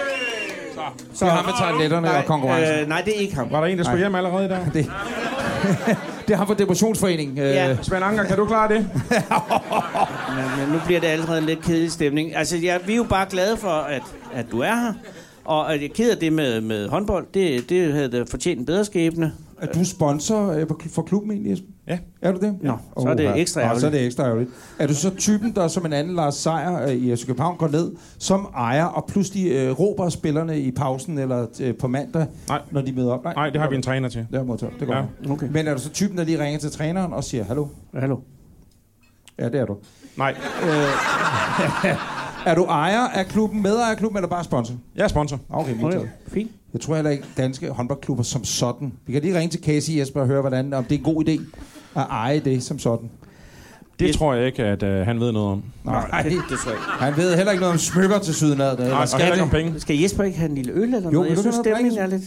så det har med toiletterne og konkurrencen. Øh, nej, det er ikke ham. Var der en, der skulle hjem allerede der? Det, det er ham fra Demonstrationsforeningen. Ja. Svend Anker, kan du klare det? men, men nu bliver det allerede en lidt kedelig stemning. Altså, ja, vi er jo bare glade for, at, at du er her. Og at jeg er ked af det med, med håndbold. Det, det havde fortjent en bedre skæbne. Er du sponsor øh, for klubben egentlig, Jesper? Ja. Er du det? Ja. Oh, så er det ekstra ærgerligt. Oh, så er det ekstra ærgerligt. Er du så typen, der som en anden Lars Seier øh, i F C København går ned som ejer, og pludselig øh, råber spillerne i pausen eller øh, på mandag, nej. Når de møder op? Nej, Nej det har vi en træner til. Det er modtaget. Det går ja. Okay. Men er du så typen, der lige ringer til træneren og siger, hallo? Ja, hallo. Ja, det er du. Nej. Øh, er du ejer af klubben, medejer af klubben, eller bare sponsor? Jeg er sponsor. Okay, modtaget. Okay. Fint. Jeg tror heller ikke danske håndboldklubber som sådan. Vi kan lige ringe til Casey Jesper og høre, hvordan, om det er en god idé at eje det som sådan. Det tror jeg ikke, at uh, han ved noget om. Nej, det, det tror jeg ikke. Han ved heller ikke noget om smykker til sydenad. Nej, skal ikke om penge. Skal Jesper ikke have en lille øl eller jo, noget? Jeg synes, stemningen er lidt...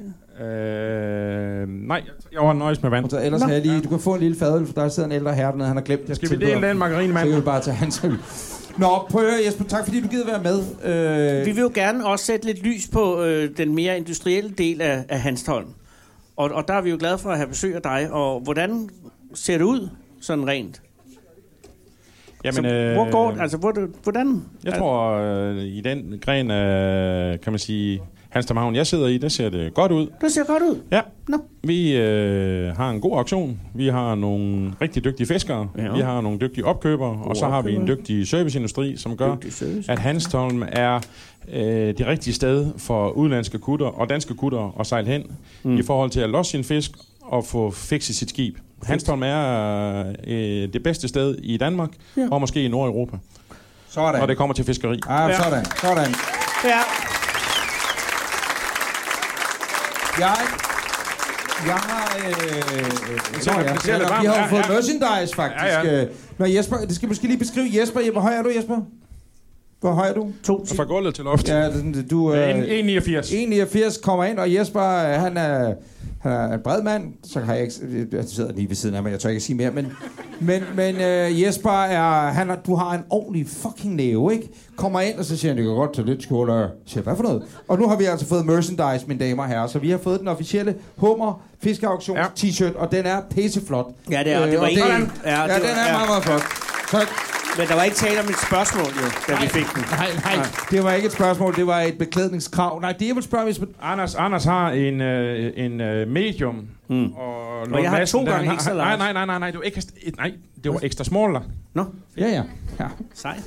Øh, nej, jeg var nøjes med vand. Så ellers har jeg lige, du kan få en lille fadøl, for der sidder en ældre herre dernede, han har glemt det. Skal vi dele den margarine, mand? Så kan vi bare tage hans øl. Nå, prøv at høre, Jesper, tak fordi du gider være med. Øh... Vi vil jo gerne også sætte lidt lys på øh, den mere industrielle del af, af Hanstholm. Og, og der er vi jo glade for at have besøg af dig. Og hvordan ser det ud, sådan rent? Jamen, så, øh, hvor går det? Altså, hvor, hvordan? Jeg tror, øh, i den gren af, kan man sige, Hanstholm Havn, jeg sidder i, der ser det godt ud. Det ser godt ud? Ja. Nå. Vi øh, har en god auktion. Vi har nogle rigtig dygtige fiskere. Ja. Vi har nogle dygtige opkøbere. God og så har opkøber. Vi en dygtig serviceindustri, som gør, at Hanstholm er øh, det rigtige sted for udenlandske kutter og danske kutter at sejle hen mm. i forhold til at losse sin fisk og få fikset sit skib. Hanstholm er øh, det bedste sted i Danmark, ja. Og måske i Nordeuropa. Sådan. Og det kommer til fiskeri. Ah, ja, sådan. Sådan. Ja. Jeg, jeg har... Øh, øh, så, ja, ja, vi har jo fået ja, ja. merchandise, faktisk. Ja, ja. Nå, Jesper, det skal måske lige beskrive Jesper. Hvor høj er du, Jesper? Hvor høj er du? To. Fra gulvet til loft. Ja, du... Øh, en komma niogfirs. en komma niogfirs kommer ind, og Jesper, han er... Han er en bred mand, så har jeg ikke... Jeg sidder lige ved siden af mig, jeg tør ikke sige mere, men... Men, men uh, Jesper er... Han er, du har en ordentlig fucking næve, ikke? Kommer ind, og så siger han, det kan godt tage lidt skål, og siger, hvad for noget? Og nu har vi altså fået merchandise, mine damer og herrer, så vi har fået den officielle Hummer Fiskeauktions ja. T-shirt, og den er pisseflot. Ja, det er, og det var øh, ikke... Det, ja, ja, det den var, er ja. meget, meget flot. Så, men der var ikke tale om et spørgsmål, jo, da nej, vi fik den. Nej, nej, nej, det var ikke et spørgsmål, det var et beklædningskrav. Nej, det jeg vil spørge, hvis... Anders, Anders har en, øh, en øh, medium. Mm. Og, og jeg har to gange ekstra large. Nej, nej, nej, nej, det var, ikke, nej, det var ekstra small. Der. Nå. Ja, ja. ja. Sejt.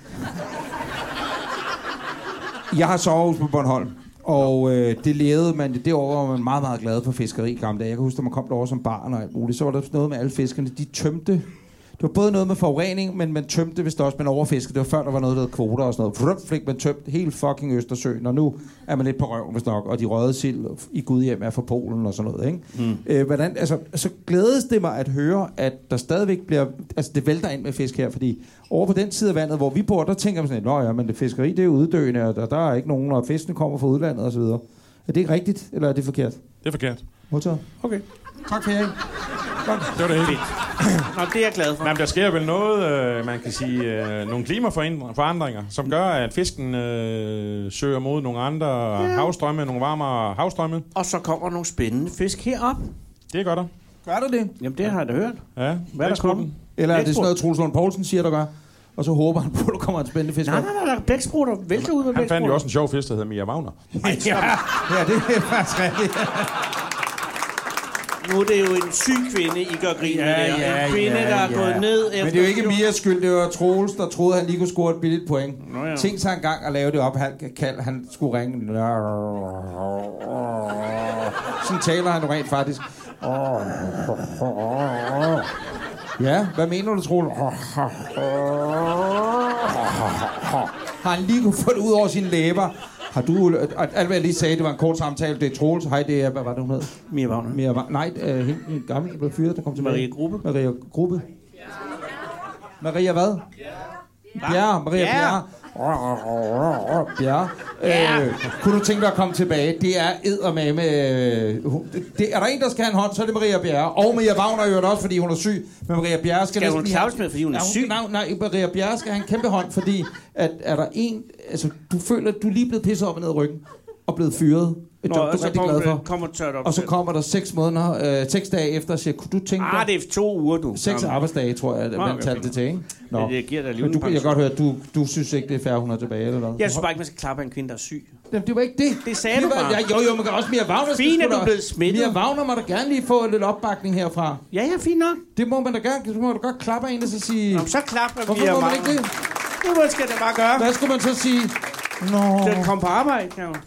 Jeg har sommerhus på Bornholm. Og øh, det levede man, det år var man meget, meget glad for fiskeri i gamle dage. Jeg kan huske, at man kom derover som barn og alt muligt. Så var der noget med alle fiskerne, de tømte. Det var både noget med forurening, men man tømte det vist også med overfisket. Det var før, der var noget, der hed kvoter og sådan noget. Frup fik man tømt hele fucking Østersøen, og nu er man lidt på røven, hvis nok, og de røde sild i Gudhjem er fra Polen og sådan noget, ikke? Mm. Øh, hvordan, altså, så glædes det mig at høre, at der stadigvæk bliver, altså det vælter ind med fisk her, fordi over på den side af vandet, hvor vi bor, der tænker man sådan, nå ja, men det fiskeri, det er uddøende, og der, der er ikke nogen, og fiskene kommer fra udlandet og så videre. Er det ikke rigtigt, eller er det forkert? Det er forkert. Modtaget. Okay. Tak for jer. Det var det helt. Nå, det er jeg glad for. Jamen, der sker vel noget, øh, man kan sige, øh, nogle klimaforandringer, som gør, at fisken øh, søger mod nogle andre ja. havstrømme, nogle varmere havstrømme. Og så kommer nogle spændende fisk herop. Det gør der. Gør du det? Jamen, det har jeg da hørt. Ja. Hvad er der kommet? Eller er det sådan noget, Troels Lund Poulsen siger, der gør? Og så håber han på, at der kommer en spændende fisk. Nej, nej, nej, der er blæksprutter. Vælter ud med blæksprutter. Han fandt jo også en sjov fisk, der hedder Mia Wagner. ja, ja, det er faktisk rigtigt. Nu er det jo en syg kvinde, I gør grin med ja, der. Ja, en kvinde, ja, der er ja. gået ned efter... Men det er jo ikke Mias skyld, det var Troels, der troede, han lige kunne score et billigt point. Nå, ja. Tænk sig en gang at lave det op, han, kald, han skulle ringe. Sådan taler han rent faktisk. Ja, hvad mener du, Troels? Har han lige kunne få det ud over sine læber? Har du... Alt hvad jeg lige sagde, det var en kort samtale. Det er Troels. Hej, det er... Hvad var det, hun hed? Mia Wagner. Mia Wagner. Nej, uh, hende den gamle, der blev fyret, der kom tilbage. Maria Gruppe. Maria Gruppe. Maria hvad? Bjerre. Maria Bjerre. Bjerre. Øh, kunne du tænke dig at komme tilbage? Det er eddermame. Øh, det, er der en, der skal have en hånd, så er det Maria Bjerre. Og Maria Wagner gjorde det også, fordi hun er syg. Men Maria Bjerre skal... Skal hun klaus med, fordi hun er nej, syg? Nej, nej, Maria Bjerre skal have en kæmpe hånd, fordi at er der en... Altså, du føler, at du er lige blevet pisset op og ned i ryggen og blevet fyret. Et Nå, job, du er rigtig glad for. Kommer tørt op og så kommer der seks måneder, øh, seks dage efter og siger, kunne du tænke dig... Ah, det er to uger, du. Seks arbejdsdage, tror jeg, at man talte det til, ikke? Nå. Men det giver dig lige Men du, jeg kan godt høre, at du, du synes ikke, det er fair, hun er tilbage, eller hvad? Jeg synes bare ikke, man skal klappe af en kvinde, der er syg. Jamen, det var ikke det. Det sagde det du var, bare. Ja, jo, jo, man kan også Mia Wagner... Fint, at du er blevet smittet. Mia Wagner må da gerne lige få lidt opbakning herfra. Ja, ja, fint nok. Det må man da gerne. Så må du godt klappe af en, og så sige... Nå, så klapper vi. Hvorfor må man ikke det? Det skal det bare gøre. Hvad skulle man så sige? Nå... Den kom på arbejde, kan jo.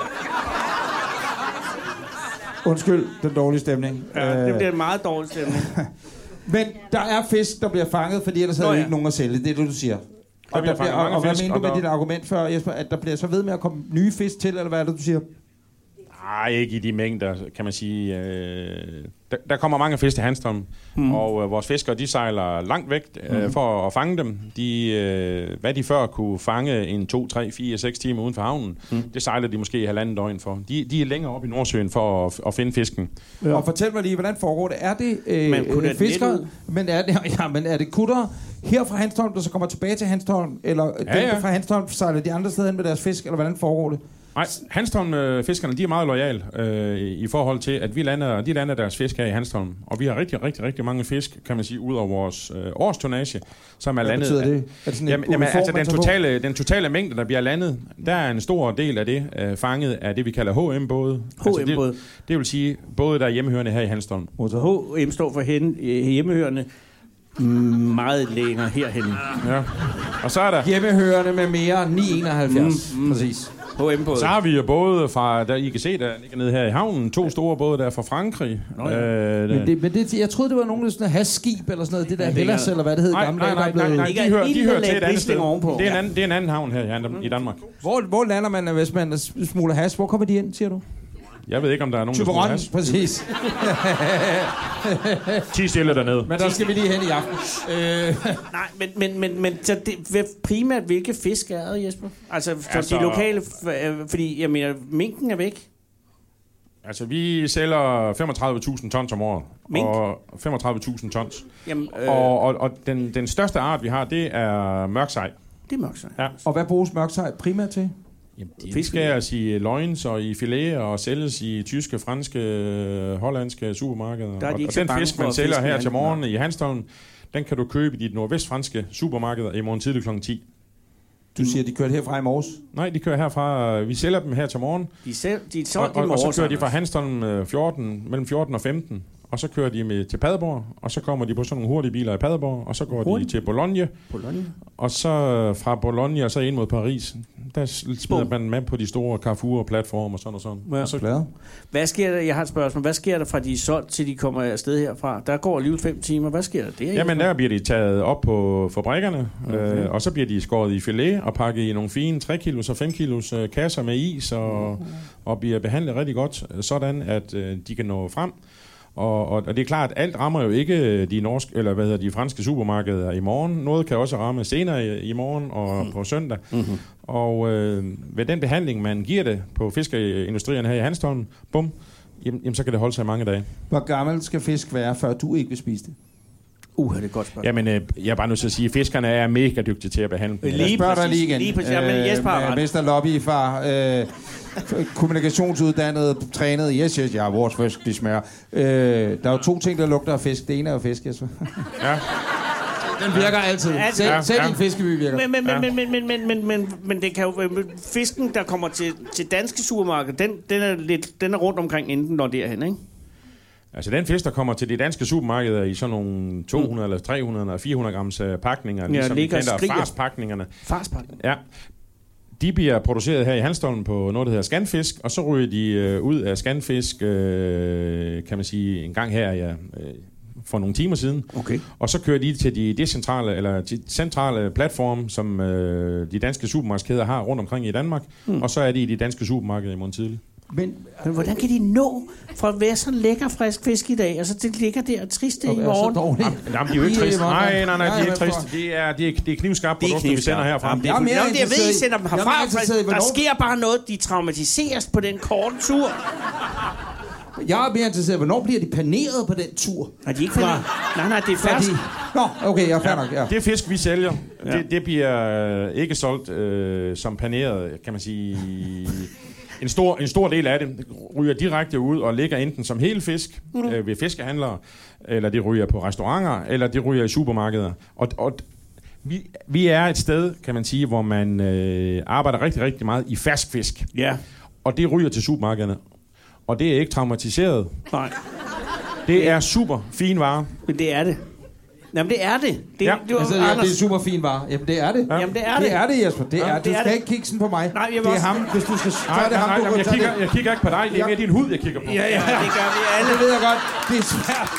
Undskyld, den dårlige stemning. Ja, det bliver en meget dårlig stemning. Men der er fisk, der bliver fanget, fordi ellers havde Nå, ja. ikke nogen at sælge. Det er det, du siger. Og, der bliver, og, og hvad mener du med dit argument før, Jesper? At der bliver så ved med at komme nye fisk til, eller hvad er det, du siger? Nej, ikke i de mængder, kan man sige. Øh, der, der kommer mange fisk til Hanstholm, mm. og øh, vores fiskere, de sejler langt væk øh, mm. for at fange dem. De, øh, hvad de før kunne fange en to, tre, fire, seks timer uden for havnen, mm. det sejler de måske i halvanden døgn for. De, de er længere op i Nordsøen for at, at finde fisken. Ja. Og fortæl mig lige, hvordan foregår det? Er det øh, øh, fiskere, men er det, ja, men er det kutter her fra Hanstholm, der så kommer tilbage til Hanstholm, eller ja, dem ja. fra Hanstholm sejler de andre steder hen med deres fisk, eller hvordan foregår det? Nej, Hanstholm-fiskerne, de er meget loyale øh, i forhold til, at vi lander, de lander deres fisk her i Hanstholm. Og vi har rigtig, rigtig, rigtig mange fisk, kan man sige, ud over vores øh, årstonnage, som er Hvad landet. Hvad betyder det? Er det sådan jamen, jamen, altså, den totale, den totale mængde, der bliver landet, der er en stor del af det øh, fanget af det, vi kalder H M-både. H M-både. Altså, det, det vil sige, både der er hjemmehørende her i Hanstholm. H M står for hen, hjemmehørende meget længere herhen. Ja. Og så er der... Hjemmehørende med mere ni komma enoghalvfjerds. Mm, mm. Præcis. H M-både. Så har vi jo både fra, der I kan se, der ligger nede her i havnen, to store både der fra Frankrig. Nå, ja. øh, men det, men det, jeg troede, det var nogle sådan hasskib eller sådan noget, det der ja, Hellas, eller hvad det hed i gamle dage. Nej, nej, nej, nej, de hører, de hører til et andet sted. Ovenpå. Det er en anden, det er en anden havn her i Danmark. Hvor, hvor lander man, hvis man smugler hash? Hvor kommer de ind, siger du? Jeg ved ikke, om der er nogen, Tyberon, der smugler hash. Præcis. ti stille dernede. Men der skal vi lige hen i aften. Øh. Nej, men, men, men, men så det, primært hvilke fisk er det, Jesper? Altså for altså, de lokale, fordi jeg mener, minken er væk. Altså vi sælger femogtredive tusind tons om året. Mink? Og femogtredive tusind tons. Jamen, øh. Og, og, og den, den største art, vi har, det er mørksej. Det er mørksej. Ja. Og hvad bruges mørksej primært til? Jamen, de skæres i loins og i filet og sælges i tyske, franske, hollandske supermarkeder. De og, og den fisk, man sælger her til morgen i Hanstholm, den kan du købe i de nordvestfranske supermarkeder i morgen tidlig klokken ti. Du siger, de kører herfra i morges? Nej, de kører herfra. Vi sælger dem her til morgen. De sælger de og, og, og så kører de fra Hanstholm fjorten, mellem fjorten og femten. og så kører de med til Padborg, og så kommer de på sådan nogle hurtige biler i Padborg, og så går Hurtigt. de til Bologna, Bologna, og så fra Bologna og så ind mod Paris. Der smider man med på de store Carrefour-platforme og sådan og sådan. Ja. Og så Hvad sker der? Jeg har et spørgsmål. Hvad sker der fra de er solgt til de kommer afsted herfra? Der går alligevel fem timer. Hvad sker der? Det er Jamen der bliver de taget op på fabrikkerne, okay. øh, og så bliver de skåret i filet og pakket i nogle fine tre kilos og fem kilos øh, kasser med is og, okay. og bliver behandlet rigtig godt, sådan at øh, de kan nå frem. Og, og, og det er klart, at alt rammer jo ikke de norske eller hvad hedder de franske supermarkeder i morgen. Noget kan også ramme senere i, i morgen og mm. på søndag. Mm-hmm. Og øh, ved den behandling man giver det på fiskeindustrierne her i Hanstholm, bum, jamen, jamen så kan det holde sig i mange dage. Hvor gammel skal fisk være, før du ikke vil spise det? Uh, det er godt spørgsmål. Jamen, øh, jeg er bare nødt til at sige, at fiskerne er mega dygtige til at behandle dem. Jeg spørger dig lige igen. Lige præcis. Jamen, Jesper har ret. Mester Lobbyfar, øh, kommunikationsuddannet, trænet. Yes, yes, jeg har vores fisk, de smager. Øh, der er jo to ting, der lugter af fisk. Det ene er jo fisk, Jesper. Ja. Den virker altid. Altså, selv ja, selv ja. en fiskeby virker. Men, men, men, men, men, men, men, men, men det kan jo, fisken, der kommer til, til danske supermarkeder, den, den, er lidt, den er rundt omkring, inden den når derhen, ikke? Altså den fisk, der kommer til de danske supermarkeder i sådan nogle to hundrede mm. eller tre hundrede eller fire hundrede grams uh, pakninger, ja, ligesom vi kender farspakningerne. Farspakninger? Ja. De bliver produceret her i Hanstholm på noget, der hedder Scanfisk, og så ryger de uh, ud af Scanfisk, uh, kan man sige, en gang her, ja, uh, for nogle timer siden. Okay. Og så kører de til de decentrale eller de centrale platforme, som uh, de danske supermarkedskæder har rundt omkring i Danmark, mm. og så er de i de danske supermarkeder i morgen tidlig. Men, men hvordan kan de nå fra at være så lækker frisk fisk i dag, og så det ligger der og triste i morgen? Jamen, jamen, de er jo ikke triste. Nej, nej, nej, de er ikke triste. Det er, det er, det er knivskarpt produkter, vi sender herfra. Jamen, det er, jeg, er jeg ved, I sender dem herfra. Der sker bare noget, de traumatiseres på den korte tur. Jeg er mere interesseret. Hvornår bliver de paneret på den tur? Nej, de er ikke paneret. Nej, nej, det er færdigt. Nå, okay, jeg er færdig. Ja. Det er fisk, vi sælger. Ja. Det, det bliver ikke solgt øh, som paneret, kan man sige. En stor, en stor del af det ryger direkte ud og ligger enten som hele fisk mm. øh, ved fiskehandlere, eller det ryger på restauranter, eller det ryger i supermarkeder. Og, og vi, vi er et sted, kan man sige, hvor man øh, arbejder rigtig, rigtig meget i fersk fisk. Ja. Og det ryger til supermarkederne. Og det er ikke traumatiseret. Nej. Det er super fin vare. Men det er det. Jamen, det er det. Det, ja. det, var, altså, ja, det er super fin vare. Jamen, det er det. Ja. Jamen, det er det. Det er det, Jesper. Det ja, er, det du er skal det. ikke kigge sådan på mig. Nej, det er også... ham. Hvis du skal nej, tage det ham, nej, du nej, jeg, kigger, det. jeg kigger ikke på dig. Det er mere din hud, jeg kigger på. Ja, ja, ja, det gør vi alle. Det ved jeg godt. Det er svært.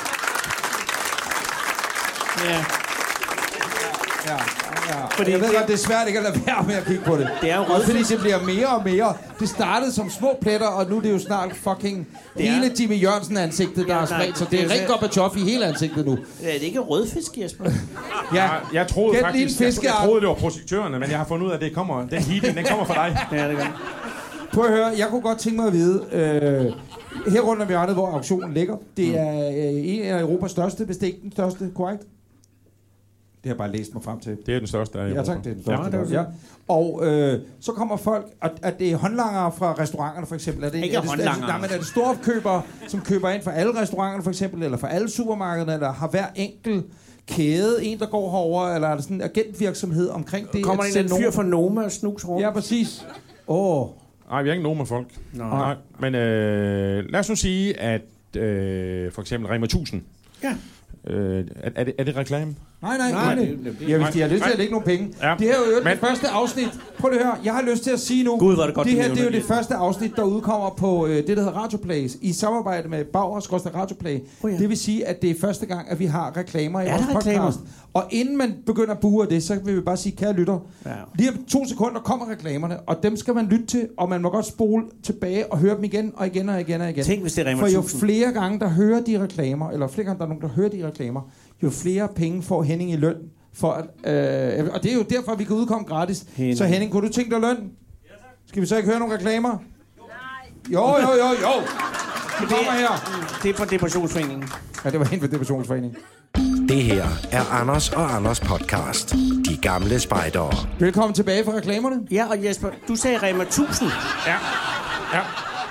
Ja. Ja. Ja. Fordi jeg ved det... godt, det er svært ikke at lade være med at kigge på det. Det er jo rødfisk. Fordi det bliver mere og mere. Det startede som små pletter, og nu er det jo snart fucking det hele er... Jimmy Jørgensen-ansigtet, der ja, er spredt. Så det er rigtig Gorbachev i hele ansigtet nu. Ja, det er ikke rødfisk, Jesper. ja, jeg troede Get faktisk, jeg, jeg troede, det var projektørerne, men jeg har fundet ud af, at det kommer, den heating, den kommer fra dig. Ja, det gør. Prøv at høre, jeg kunne godt tænke mig at vide, øh, her rundt om hjørnet, hvor auktionen ligger, det er øh, en af Europas største, hvis det ikke den største, korrekt? Det har jeg bare læst mig frem til. Det er den største af Ja, tak, det er den største. Ja, det er ja. Og øh, så kommer folk, at, at det er håndlangere fra restauranterne for eksempel. Er det, ikke er det, håndlangere. Er det, er det store opkøbere, som køber ind for alle restauranterne for eksempel, eller for alle supermarkederne, eller har hver enkelt kæde, en der går herover, eller er det sådan en agentvirksomhed omkring det? Kommer en fyr fra Noma og snus rundt? Ja, præcis. Åh. Oh. Nej, vi har ikke nogen med folk. Nej. Nej. Men øh, lad os nu sige, at øh, for eksempel Rema tusind. Ja. Øh, er, er, det, er det reklame? Nej, nej, nej. nej. Ja, hvis de har lyst til at lægge nogle penge. Ja. Det her er jo men... det første afsnit. Prøv lige at høre. Jeg har lyst til at sige nu. Gud, var det godt. Det her det er jo det første afsnit, der udkommer på øh, det, der hedder Radioplay. I samarbejde med Bauer Skorstad Radioplay. Oh, ja. Det vil sige, at det er første gang, at vi har reklamer i vores podcast. Reklamer? Og inden man begynder at buge det, så vil vi bare sige, kære lytter. Ja. Lige om to sekunder kommer reklamerne, og dem skal man lytte til, og man må godt spole tilbage og høre dem igen og igen og igen og igen. Tænk, hvis det er For jo flere gange, der hører de reklamer, eller flere gange, der er nogen, der hører de reklamer, jo flere penge får Henning i løn. For at, øh, og det er jo derfor, vi kan udkomme gratis. Henning. Så Henning, kunne du tænke dig løn? Ja, tak. Skal vi så ikke høre nogle reklamer? Nej. Jo, jo, jo, jo. Det kommer her. Det er fra Depressionsforeningen. Ja, det var hende fra Depressionsforeningen. Det her er Anders og Anders podcast. De gamle spejdere. Velkommen tilbage fra reklamerne. Ja, og Jesper, du sagde Rema tusind. Ja. Ja.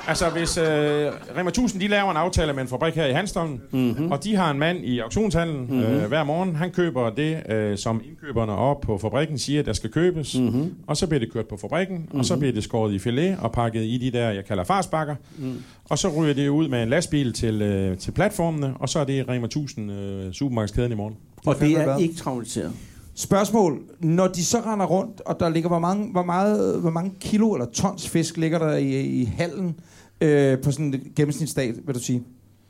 Altså, hvis øh, Rema tusind, de laver en aftale med en fabrik her i Hanstholm, mm-hmm. og de har en mand i auktionshandlen mm-hmm. øh, hver morgen. Han køber det, øh, som indkøberne op på fabrikken siger, der skal købes. Mm-hmm. Og så bliver det kørt på fabrikken, mm-hmm. og så bliver det skåret i filet og pakket i de der, jeg kalder farsbakker. Mm. Og så ryger det ud med en lastbil til, øh, til platformene, og så er det Rema tusind øh, supermarkedskæden i morgen. Og det er ikke traumatiseret. Spørgsmål. Når de så render rundt, og der ligger, hvor mange, hvor meget, hvor mange kilo eller tons fisk ligger der i, i hallen øh, på sådan en gennemsnitsdag, vil du sige?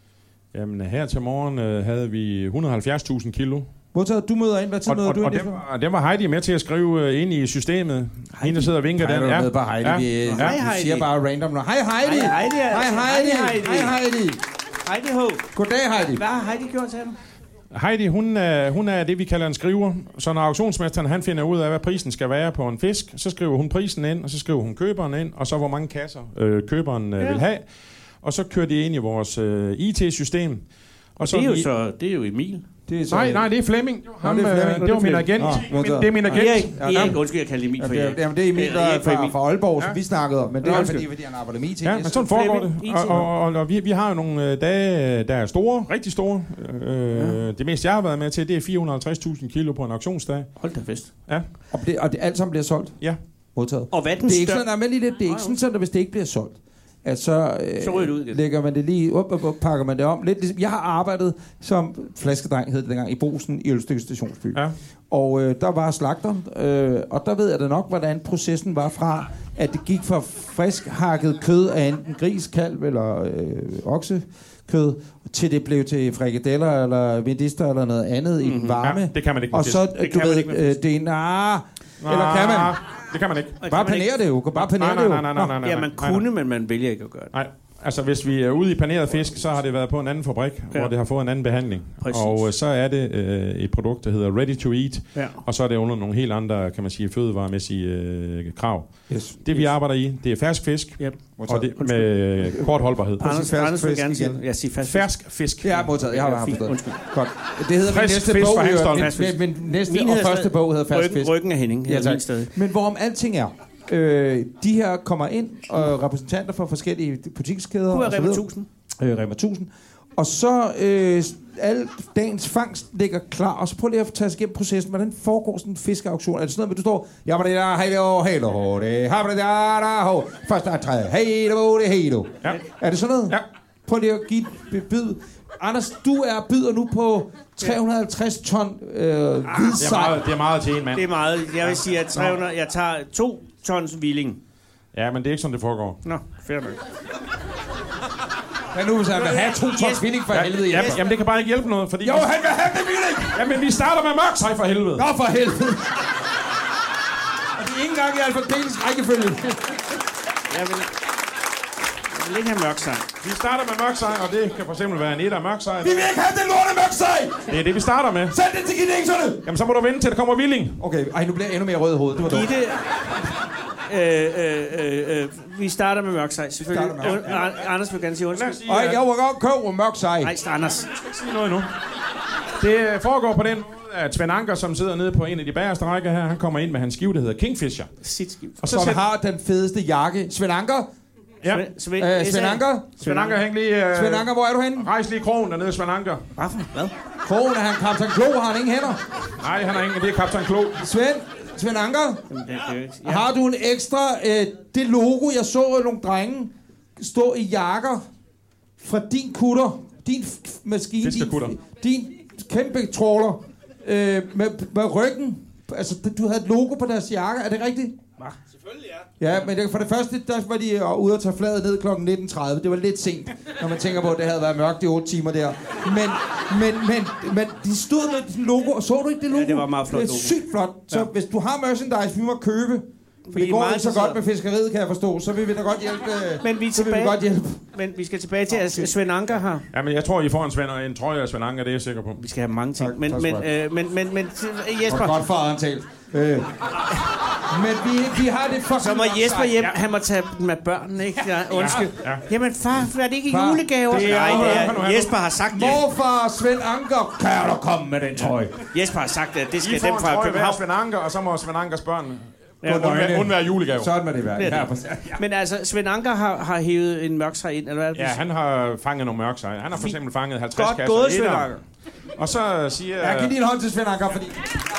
Jamen, her til morgen øh, havde vi et hundrede og halvfjerds tusind kilo. Modtaget, du møder ind. Hvad tid og, møder og, du og ind? Og dem, og dem var Heidi med til at skrive øh, ind i systemet. Hende, der sidder og vinker den. Ja, med bare Heidi. Ja. Vi, ja. Hej Heidi. siger bare random. Hej Heidi. Hej Heidi. Hej Heidi. Hej Heidi. Heidi H. Goddag Heidi. Hvad har Heidi gjort, sagde du? Heidi, hun er, hun er det, vi kalder en skriver. Så når auktionsmesteren han finder ud af, hvad prisen skal være på en fisk, så skriver hun prisen ind, og så skriver hun køberen ind, og så hvor mange kasser øh, køberen øh, ja. vil have. Og så kører de ind i vores øh, I T-system. Og så det, er jo så, det er jo Emil. Det er så nej, nej, det er Flemming. Ham, det, er Flemming. det var min agent. Oh, det er min agent. Erik, Erik, undskyld, jeg kalder Emil for Erik. Jamen, det er Emil, der er fra, fra Aalborg, som vi snakkede om. Men det er fordi, fordi han arbejder med I T. Ja, men sådan foregår det. Og, og, og, og vi, vi har jo nogle dage, der er store, rigtig store. Øh, det meste, jeg har været med til, det er fire hundrede og halvtreds tusind kilo på en auktionsdag. Hold da fest. Ja. Og det, og det alt sammen bliver solgt? Ja. Modtaget. Og hvad den det er ikke sådan, nej, men lige lidt, det er ikke sådan, sådan, at hvis det ikke bliver solgt, at så, øh, så ud lægger man det lige op, og pakker man det om. Lidt ligesom, jeg har arbejdet som flaskedreng, hed det dengang, i Brugsen i Ølstykke Stationsby. Ja. Og øh, der var slagteren, øh, og der ved jeg da nok, hvordan processen var fra, at det gik fra frisk hakket kød af enten gris, kalv eller øh, oksekød, til det blev til frikadeller eller vendister eller noget andet mm-hmm. i den varme. Ja, det kan man ikke. Og så, du ved, øh, det er nah, eller kan man? Det kan man ikke. Bare panere det jo. Bare panere det jo. Nej, nej, nej, nej, nej. Ja, man kunne, men man vælger ikke at gøre det. Nej. Altså, hvis vi er ude i paneret fisk, så har det været på en anden fabrik, ja. hvor det har fået en anden behandling. Præcis. Og øh, så er det øh, et produkt, der hedder Ready to Eat, ja. og så er det under nogle helt andre, kan man sige, fødevaremæssige øh, krav. Yes. Det, vi yes. arbejder i, det er fersk fisk, yep. og det med øh, kort holdbarhed. Anders, Anders vil gerne sige, jeg siger fersk, fersk fisk. Ja, modtaget. Jeg har haft det. Godt. Det hedder frisk næste fisk bog. Min, min næste og første bog hedder Fersk Fisk. Ryggen af Henning. Ja, tak. Men hvorom alting er, Øh, de her kommer ind, og repræsentanter for forskellige butikskæder. Kunne være Rema tusind. Øh, Rema tusind. Og så øh, al dagens fangst ligger klar. Og så prøv lige at tage os igennem processen. Hvordan foregår sådan en fiskeauktion? Er det sådan noget, hvor du står, ja, men det er hejlo, hejlo, det har det der, ho. Først er træet, hejlo, det hejlo. Ja. Er det sådan noget? Ja. Prøv lige at give et bid. Anders, du er byder nu på tre hundrede og halvtreds ton øh, hvidsej. Det er meget, det er meget til en mand. Det er meget. Jeg vil sige, at tre hundrede, jeg tager to tons hvilling. Ja, men det er ikke sådan, det foregår. Nå, fair nok. Hvad nu, hvis han vil have to tons hvilling for ja, helvede? Ja, jamen, det kan bare ikke hjælpe noget, fordi... Jo, han vil have det hvilling! Jamen, vi starter med mørksej for helvede. Nå, for helvede. Og det er ikke engang i alfabetisk rækkefølge. Jeg vil... Jeg vil ikke have mørksej. Vi starter med mørksej, og det kan for eksempel være en et af mørksej. Vi vil ikke have det lorte mørksej! Det er det, vi starter med. Send det til kineserne! Jamen, så må du vente til, der kommer hvilling. Okay, ej, nu bliver jeg endnu mere rød i hovedet. Det var dumt. Gitte... Øh, øh, øh, øh, vi starter med mørksej, selvfølgelig. Med mørk. ja. Anders vil gerne sige undskyld. Ej, jeg vil godt købe mørksej. Nej, Anders. Jeg skal ikke sige noget endnu. Det foregår på den måde, at Svend Anker, som sidder nede på en af de bagerste rækker her, han kommer ind med hans skive, der hedder Kingfisher. Sit skive. Og så som har den fedeste jakke. Svend Anker. Ja. Svend øh, Svend Anker. Svend Anker, hæng lige... Øh, Svend Anker, hvor er du henne? Rejs lige krogen dernede, Svend Anker. Hvad? Hvad? Krogen, er han Kaptajn Klo? Har han ingen hænder? Nej, han har ingen. Det er Kaptajn Klo. Svend, Svend Anker. Jamen, det, det, ja. Har du en ekstra... Øh, det logo, jeg så nogle drenge stå i jakker fra din kutter. Din f- maskine. Din, din kæmpe trawler. Øh, med, med ryggen. Altså, du havde et logo på deres jakker. Er det rigtigt? Hva? Selvfølgelig, ja. Ja, men det, for det første, der var de ude at tage fladet ned klokken nitten tredive. Det var lidt sent, når man tænker på, at det havde været mørkt i otte timer der. Men, men, men, men de stod med sådan logo, og så du ikke det logo? Ja, det var meget flot logo. Det er sygt flot. Så ja. Hvis du har merchandise, vi må købe. For vi det går ikke så godt med fiskeriet, kan jeg forstå. Så vil vi da godt hjælpe. Men vi, så tilbage, vil vi godt hjælpe. Men vi skal tilbage til, at Svend Anker her. Ja, men jeg tror, I får en, Svend, en trøje af Svend Anker, det er jeg sikker på. Vi skal have mange ting. Tak, men, tak, men, øh, men, men, men, Jesper... Og godt faderen talt. Øh. Men vi, vi har det for... Så må Jesper hjem, ja. Han må tage med børnene, ikke? Ja, undskyld. Ja, ja. Jamen far, er det ikke far, julegaver? Det er, Nej, det er, Jesper har sagt det. Morfar Svend Anker, kan du komme med den trøje? Jesper har sagt, at det skal I dem fra København. København. Svend Anker, og så må Svend Ankers børn Ja, undvær, undvær julegave. Sådan var det værd. Ja. Men altså, Svend Anker har, har hævet en mørk sig ind, eller hvad er det? Ja, han har fanget nogle mørk sig. Han har for eksempel fanget halvtreds Godt kasser. gået, Svend Anker. Og så siger... Jeg kan lige en hånd til Svend Anker, fordi...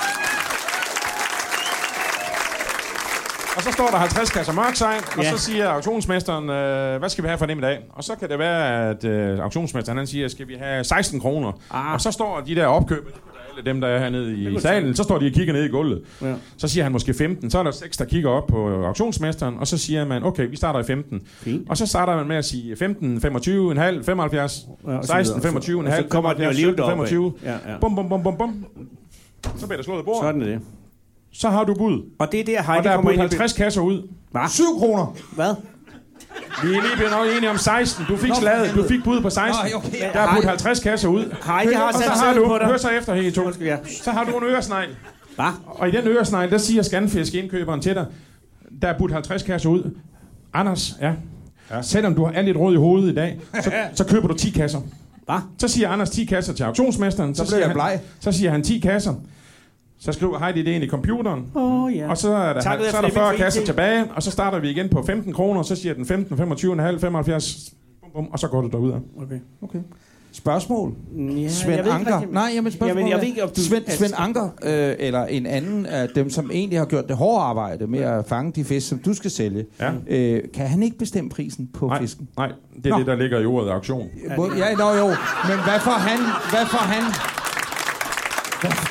Og så står der halvtreds kasser mørk sej, og ja. så siger auktionsmesteren, øh, hvad skal vi have for dem i dag? Og så kan det være, at øh, auktionsmesteren han siger, skal vi have seksten kroner? Ah. Og så står de der opkøb, alle dem, der er hernede i salen, så står de og kigger ned i gulvet. Ja. Så siger han måske femten, så er der seks, der kigger op på auktionsmesteren, og så siger man, okay, vi starter i femten. Fint. Og så starter man med at sige femten, femogtyve, en halv, femoghalvfjerds, seksten, femogtyve, en halv, femoghalvfjerds, sytten, femogtyve. Ja, ja. Bum, bum, bum, bum, bum. Så bliver der slået i bordet. Sådan er det. Så har du bud. Og det er der, Heidi og der er kommer ind. halvtreds kasser ud. Hvad? syv kroner. Hvad? Vi er lige blevet nok enige om seksten. Du fik Nå, slaget. Du fik bud på seksten. Nå, okay. Der er budt halvtreds kasser ud. Heidi har og sat så har sædlen du, på dig. hør så efter her i to. Ja. Så har du en øresnegl. Hvad? Og i den øresnegl, der siger Scanfisk indkøberen til dig, der er budt halvtreds kasser ud. Anders, ja. ja. Selvom du er lidt rød i hovedet i dag, så, så køber du ti kasser. Hvad? Så siger Anders ti kasser til auktionsmesteren. Så, Så, bliver siger jeg bleg. han, så siger han ti kasser. Så skriver Heidi det ind i computeren, oh, ja. og så er der, så er der fyrre kasser tilbage, og så starter vi igen på femten kroner, så siger den femten, femogtyve, en halv, femoghalvfjerds, bum, bum, og så går det derudad. Okay. Okay. Spørgsmål? Ja, Svend Anker. Rigtig... Nej, jamen spørgsmål. Jamen, jeg ved ikke, om du... Svend, Svend Anker, øh, eller en anden af dem, som egentlig har gjort det hårde arbejde med at fange de fisk, som du skal sælge, ja. øh, kan han ikke bestemme prisen på nej, fisken? Nej, det er Nå. det, der ligger i ordet auktion. Ja, nå jo. Men hvad får han? Hvad får han? Hvad?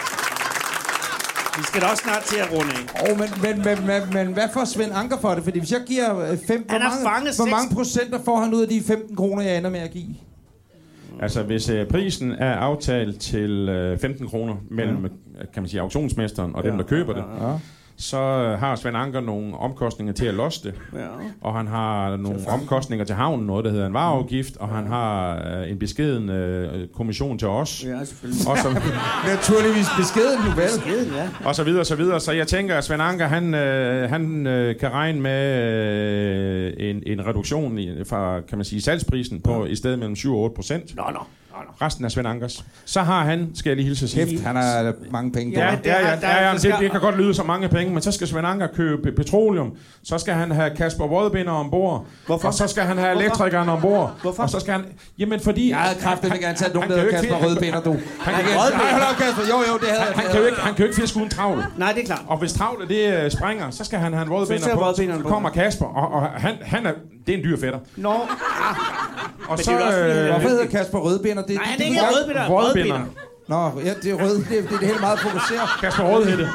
Vi skal da også snart til at runde af. Oh, men, men, men, men, men hvad får Svend Anker for det? Fordi hvis jeg giver fem... Hvor mange, hvor mange procenter får han ud af de femten kroner, jeg ender med at give? Altså, hvis øh, prisen er aftalt til øh, femten kroner mellem, ja. kan man sige, auktionsmesteren og ja, dem, der køber ja, ja. det, så har Svend Anker nogle omkostninger til at losse det. Ja. Og han har nogle omkostninger til havnen, noget der hedder en vareafgift, og han har øh, en beskeden øh, kommission til os. Ja, selvfølgelig. Og så, naturligvis beskeden, nu vel. Beskeden, ja. Og så videre, og så videre. Så jeg tænker, at Svend Anker, han, øh, han øh, kan regne med øh, en, en reduktion i, fra, kan man sige, salgsprisen på ja. i stedet mellem syv og otte procent. Nå, nå. Resten af Svend Ankers. Så har han, skal jeg lige hilse at sige. Kæft, han har mange penge. Ja, ja, ja, ja, ja det, det kan godt lyde så mange penge, men så skal Svend Anker købe petroleum. Så skal han have Kasper Vodbinder ombord. Hvorfor? Og så skal han have elektrikeren ombord. Hvorfor? Og så skal han... Jamen, fordi... Jeg havde kraftigt ikke ansat nogen, der hedder Kasper Rødbinder, du. Han kan ikke... Jo, jo, det havde han. Han kan jo ikke fiske uden travle. Nej, det er klart. Og hvis travle det springer, så skal han have en Vodbinder på. Så kommer Kasper, og, og han, han er... Det er en dyr fætter. Nå. No. Og så... Øh, hvorfor hedder Kasper Rødbinder? Det, nej, han er ikke Rødbinder. Rødbinder. Nå, ja, det er rød. Det, det, det er helt meget fokuseret. Kasper Rødhætte.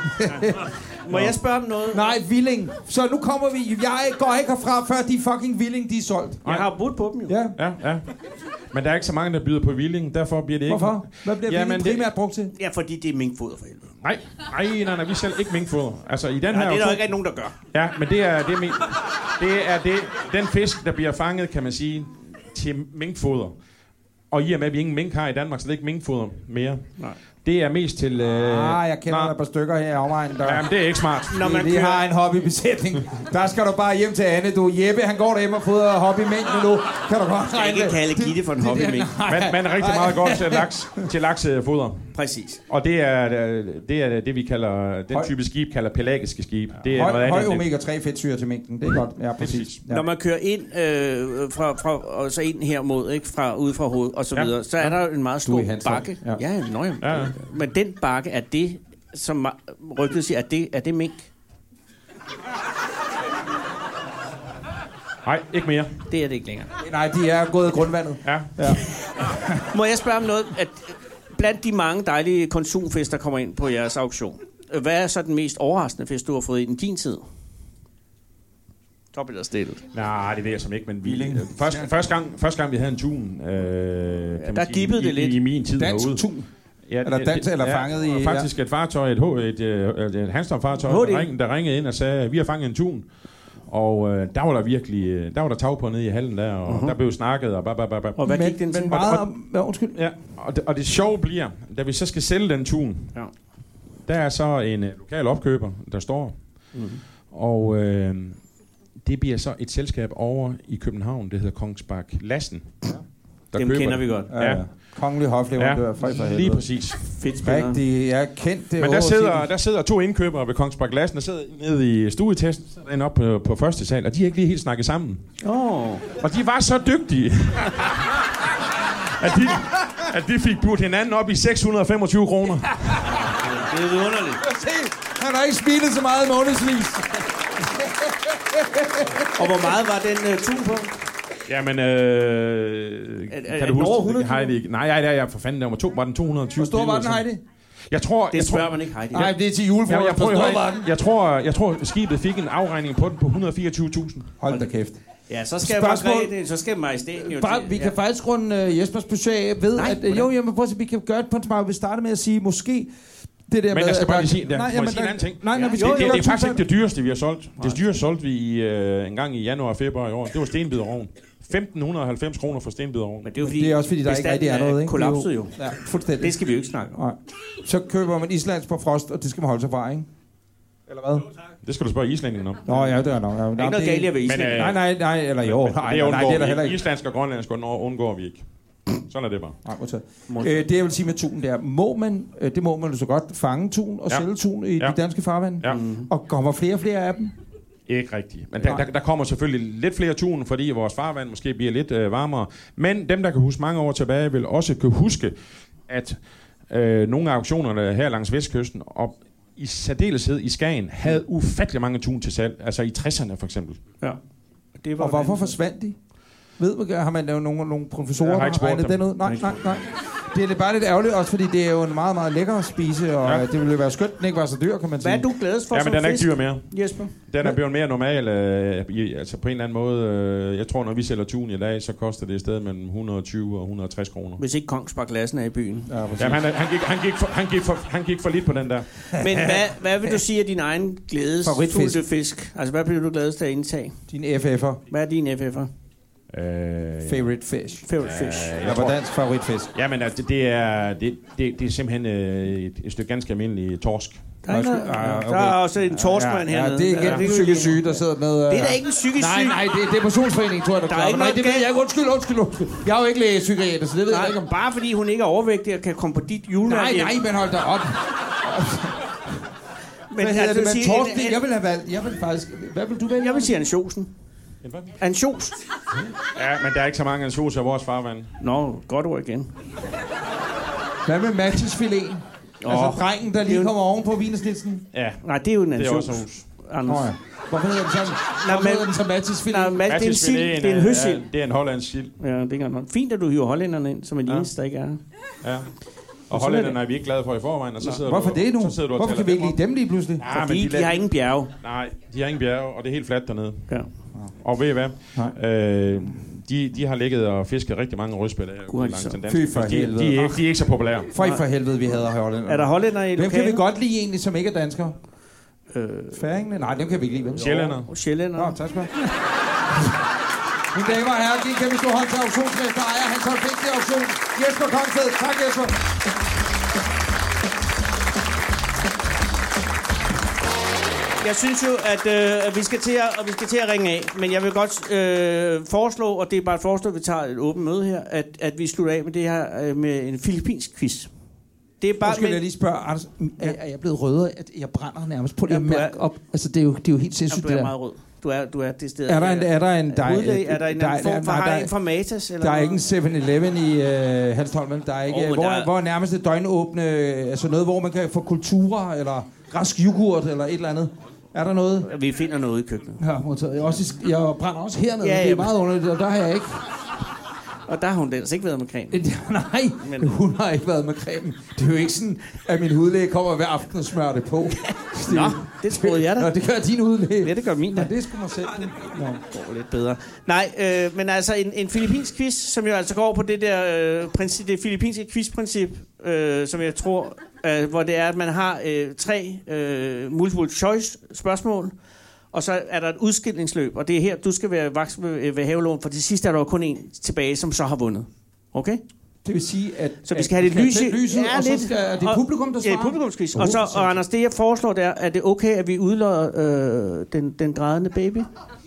Må jeg spørge om noget? Nej, Villing. Så nu kommer vi... Jeg går ikke herfra, før de fucking Villing, de er solgt. Jeg har budt på dem jo. Ja. Ja, ja. Men der er ikke så mange, der byder på Villing, derfor bliver det ikke... Hvorfor? Hvad bliver ja, Villing primært brugt til? Ja, fordi det er minkfoder for helvede. Nej, nej, nej, nej, vi selv ikke minkfoder. Altså i den ja, her... det er der ikke nogen, der gør. Ja, men det er, det er, min, det er det, den fisk, der bliver fanget, kan man sige, til minkfoder. Og i og med, at vi ingen mink har i Danmark, så det er ikke minkfoder mere. Nej. Det er mest til... Øh, ah, jeg kender der et par stykker her i omegnen. Der... Jamen, det er ikke smart. Når man vi kører... har en hobbybesætning. Der skal du bare hjem til Anne, du. Jeppe, han går derhjemme og fodrer hobbymængden nu. Kan du godt regne det? Jeg kan ikke kalde Gitte for en hobbymængde. Men man er rigtig meget godt til laks, til laksefoder. Præcis. Og det er det, er det vi kalder... Den type skib kalder pelagiske skib. Det er høj, noget høj omega tre fedtsyre til mængden. Det er godt. Ja, præcis. Ja. Når man kører ind øh, fra, fra, og så ind her mod, ikke? Fra, ude fra hovedet og så videre, ja. så er der en meget stor bakke. Ja, ja, nøje. Ja, ja. Men den bakke, er det, som rygtet siger, er det, er det mink? Nej, ikke mere. Det er det ikke længere. Nej, de er gået i grundvandet. Ja. ja. Må jeg spørge om noget? At blandt de mange dejlige konsumfisk, der kommer ind på jeres auktion, hvad er så den mest overraskende fisk, du har fået i din tid? Top eller stillet? Nej, det ved jeg som ikke, men vi... Første, første, gang, første gang, vi havde en tun, øh, ja, kan der gibbede det i, lidt. I, i min tid Dansk herude. Tun? Ja, eller dans, eller ja, fanget i... Faktisk et fartøj, et, et, et, et Hanstholm-fartøj, der, ring, der ringede ind og sagde, vi har fanget en tun. Og øh, der var der virkelig, der var der tag på nede i hallen der, og uh-huh. der blev snakket, og babababa. Og hvad gik den til? Men meget... Ja, undskyld. Ja, og det, og det sjove bliver, da vi så skal sælge den tun, ja. der er så en uh, lokal opkøber, der står, uh-huh. og øh, det bliver så et selskab over i København, det hedder Kongsbak Lassen. Ja. der Dem køber kender det. vi godt. Ja, ja. Kongelig hofleverandør, Ja, fred for helvede. lige præcis. Fedt spiller. Rigtig, jeg er kendt det. Men der sidder, der sidder to indkøbere ved Kongsberg Glas, der sidder nede i stuetesten, der oppe på, på første sal, og de har ikke lige helt snakket sammen. Åh. Oh. Og de var så dygtige, at, de, at de fik budt hinanden op i seks hundrede og femogtyve kroner. Det er underligt. Han har ikke smilet så meget månedsvis. Og hvor meget var den uh, tun på? Jamen, øh, er, kan du huske over hundrede Heidi? Nej, nej, nej, for fanden, der var to, var den to hundrede og tyve. Hvor stor var den, Heidi? Jeg tror, det jeg spørger tror, man ikke, Heidi. Nej, det er til julefrokost. jeg, jeg, prøver, Hvor stor jeg, var den? jeg, tror, jeg tror, skibet fik en afregning på den på et hundrede og fireogtyve tusind. Hold da kæft. Ja, så skal Spørgsmål. Margrethe, så skal majestæten jo Bare, til. vi kan ja. faktisk runde uh, Jespers besøg af ved, Nej, at uh, jo, jamen, prøv at se, vi kan gøre det på en smart. Vi starter med at sige, måske det der Men med... jeg skal at bare der- lige sige, der, Nej, må jamen, jeg sige en der- anden ting? Nej, nej, vi Det, skal det, det, lave det er faktisk tusind- ikke det dyreste, vi har solgt. Det dyreste solgte vi i, øh, en gang i januar og februar i år. Det var stenbiderovn. femten halvfems kroner for stenbiderovn. Men det er jo fordi, Det er også fordi, der ikke rigtig er noget, ikke? kollapset jo. Ja, fuldstændig. Det skal vi jo ikke snakke om. Nej. Så køber man islands på frost, og det skal man holde sig fra, ikke? Eller hvad? Det skal du spørge islændingen om. Nå, ja, det er nok. Ja, Der er ikke noget galt i at være Men, islænding. øh, Nej, nej, nej, eller jo. Men Nej, det nej, undgår nej, det er der vi heller ikke. ikke. Islandsk og grønlandsk undgår vi ikke. Sådan er det bare. Nej, modtaget. Øh, det jeg vil sige med tun, det er, må man, øh, det må man jo så godt fange tun og Ja. sælge tun i Ja. de danske farvande? Ja. Og kommer flere og flere af dem? Ikke rigtigt. Men der, der, der kommer selvfølgelig lidt flere tun, fordi vores farvand måske bliver lidt øh, varmere. Men dem, der kan huske mange år tilbage, vil også kunne huske, at øh, nogle af auktionerne her langs vestkysten, og i særdeleshed i Skagen, havde ufattelig mange tun til salg. Altså i tresserne for eksempel. Ja. Det var Og hvorfor forsvandt de? Ved man, har man lavet nogle, nogle professorer, Jeg har der ikke har spurgt regnet dem. den ud? Nej, nej, nej. Det er lidt- bare lidt ærgerligt, også fordi det er jo en meget, meget lækker at spise, og Ja. det ville jo være skønt, den ikke var så dyr, kan man sige. Hvad er du gladest for Ja, som men den er ikke fisk, dyr mere. Jesper? Den er blevet mere normal, øh, i, altså på en eller anden måde. Øh, jeg tror, når vi sælger tun i dag, så koster det i stedet mellem et hundrede og tyve og et hundrede og tres kroner. Hvis ikke Kongsberg Glassen er i byen. Ja, præcis. Jamen, han, er- han, gik, han, gik for, han, gik for, han gik for lidt på den der. Men hvad, hvad vil du sige af din egen Favoritfisk. glædesfulde fisk? Altså, hvad bliver du gladest af at indtage? Din F F'er. Hvad er din F F'er? Øh, Favorite fish. Favorite fish. Eller på dansk favoritfisk. Jamen, altså, det er, det, det, det er simpelthen øh, et, et stykke ganske almindelig torsk. Der er, ikke noget, Ah, okay. der er også en torskmand ja, hernede. ja, det er igen Ja, en kan vi psykisk lige- syge, der sidder med... Uh... Det er da ikke en psykisk Nej, syg. nej, det er depressionsforeningen, tror jeg, der, Der er klarer. ikke Nej, noget det ved galt. jeg ikke. Undskyld, undskyld, undskyld. Jeg har jo ikke læst psykiater, så det ved jeg ikke Nej, om... bare fordi hun ikke er overvægtig og kan komme på dit julevalg. Nej, nej, men hold da op. Men Hvad hedder altså, det? Men sige, torsk, en- jeg vil have valgt... Jeg vil faktisk... Hvad vil du vælge? Jeg vil sige ansjosen. Ansjos. Ja, men der er ikke så mange ansjoser i vores farvand. Nå, godt ord igen. Hvad med matchesfiléen? Åh. Altså drengen, der Det er lige jo- kommer oven på vinesnitsen. Ja, Nej, det er jo en det er ansjos. også hus. Anders. Nå ja. Hvorfor hedder den sådan? Nej, Hvorfor men- hedder den så matchesfilet? Nej, Mads, det er en sild. Det er en høsild. Det er en hollandsk sild. Ja, det er ikke engang. Fint, at du hiver hollænderne ind, som er de Ja. eneste, der ikke er. Ja. Og hollænderne er vi ikke glade for i forvejen. Og så sidder Hvorfor du, det nu? Så sidder du og Hvorfor tæller kan vi ikke dem op. lide dem lige pludselig? Ja, Fordi men de har ingen bjerge. Nej, de har ingen bjerge, og det er helt fladt dernede. Ja. Og ved I hvad? Øh, de, de har ligget og fisket rigtig mange rødspætter. Gud, altså. Fy for de, helvede. de, er ikke, de er ikke så populære. Føj for helvede, vi hader hollænder. Er der hollænder i Hvem lokalet? kan vi godt lide egentlig, som ikke er danskere? Øh, Færingene? Nej, dem kan vi ikke lide. Vel? Sjællænder. og sjællænder. Nå, tak skal du have. Mine damer og herrer, giv en kæmpe stor hånd til auktionsmester ejer Hans Holm Bæk til auktion. Jesper Kongsted. Tak, Jesper. Jeg synes jo, at, øh, at vi skal til at, og vi skal til at ringe af, men jeg vil godt øh, foreslå, og det er bare et forslag, at vi tager et åbent møde her, at, at vi slutter af med det her øh, med en filippinsk quiz. Det er bare... Nu skal jeg lige spørge, Anders, er, er jeg blevet rødere, at jeg brænder nærmest på det Ja, her du er- mærke op? Altså, det er jo, det er jo helt sindssygt, du det er der. meget rød. Du er, du er det sted. Er der en, er der en, der, Hudlæge? Er der en der, anden form for, nej, har der, en fra Matas? Eller der er noget? ikke en seven eleven i øh, Hanstholm, der er ikke, Åh, oh, men hvor, der er- hvor er nærmest et døgnåbne, altså noget, hvor man kan få kulturer, eller rask yoghurt, eller et eller andet. Er der noget? Vi finder noget i køkkenet. Ja, modtaget. Jeg, også, jeg brænder også hernede, Ja, ja, det er jamen. meget underligt, og der har jeg ikke. Og der har hun ellers ikke været med creme. Nej, Men- men hun har ikke været med cremen. Det er jo ikke sådan, at min hudlæge kommer hver aften og smører det på. Det, Nå, det troede jeg da. Nå, det gør din hudlæge. Ja, det gør min da. Ja, det er sgu mig selv. Nå. går lidt bedre. Nej, øh, men altså en, en filippinsk quiz, som jo altså går på det der øh, princip, det filippinske quizprincip, øh, som jeg tror, øh, hvor det er, at man har øh, tre øh, multiple choice spørgsmål, og så er der et udskillingsløb, og det er her, du skal være vaks ved, ved havelån, for til sidst er der jo kun en tilbage, som så har vundet. Okay? Det vil sige, at... Så vi at skal have lidt lys i. lyset, Ja, og så lidt. skal er det Og- publikum, der Ja, svarer. publikumsquiz. Oh, Og, så, så- og Anders, det jeg foreslår, det er, er det okay, at vi udlader øh, den, den grædende baby?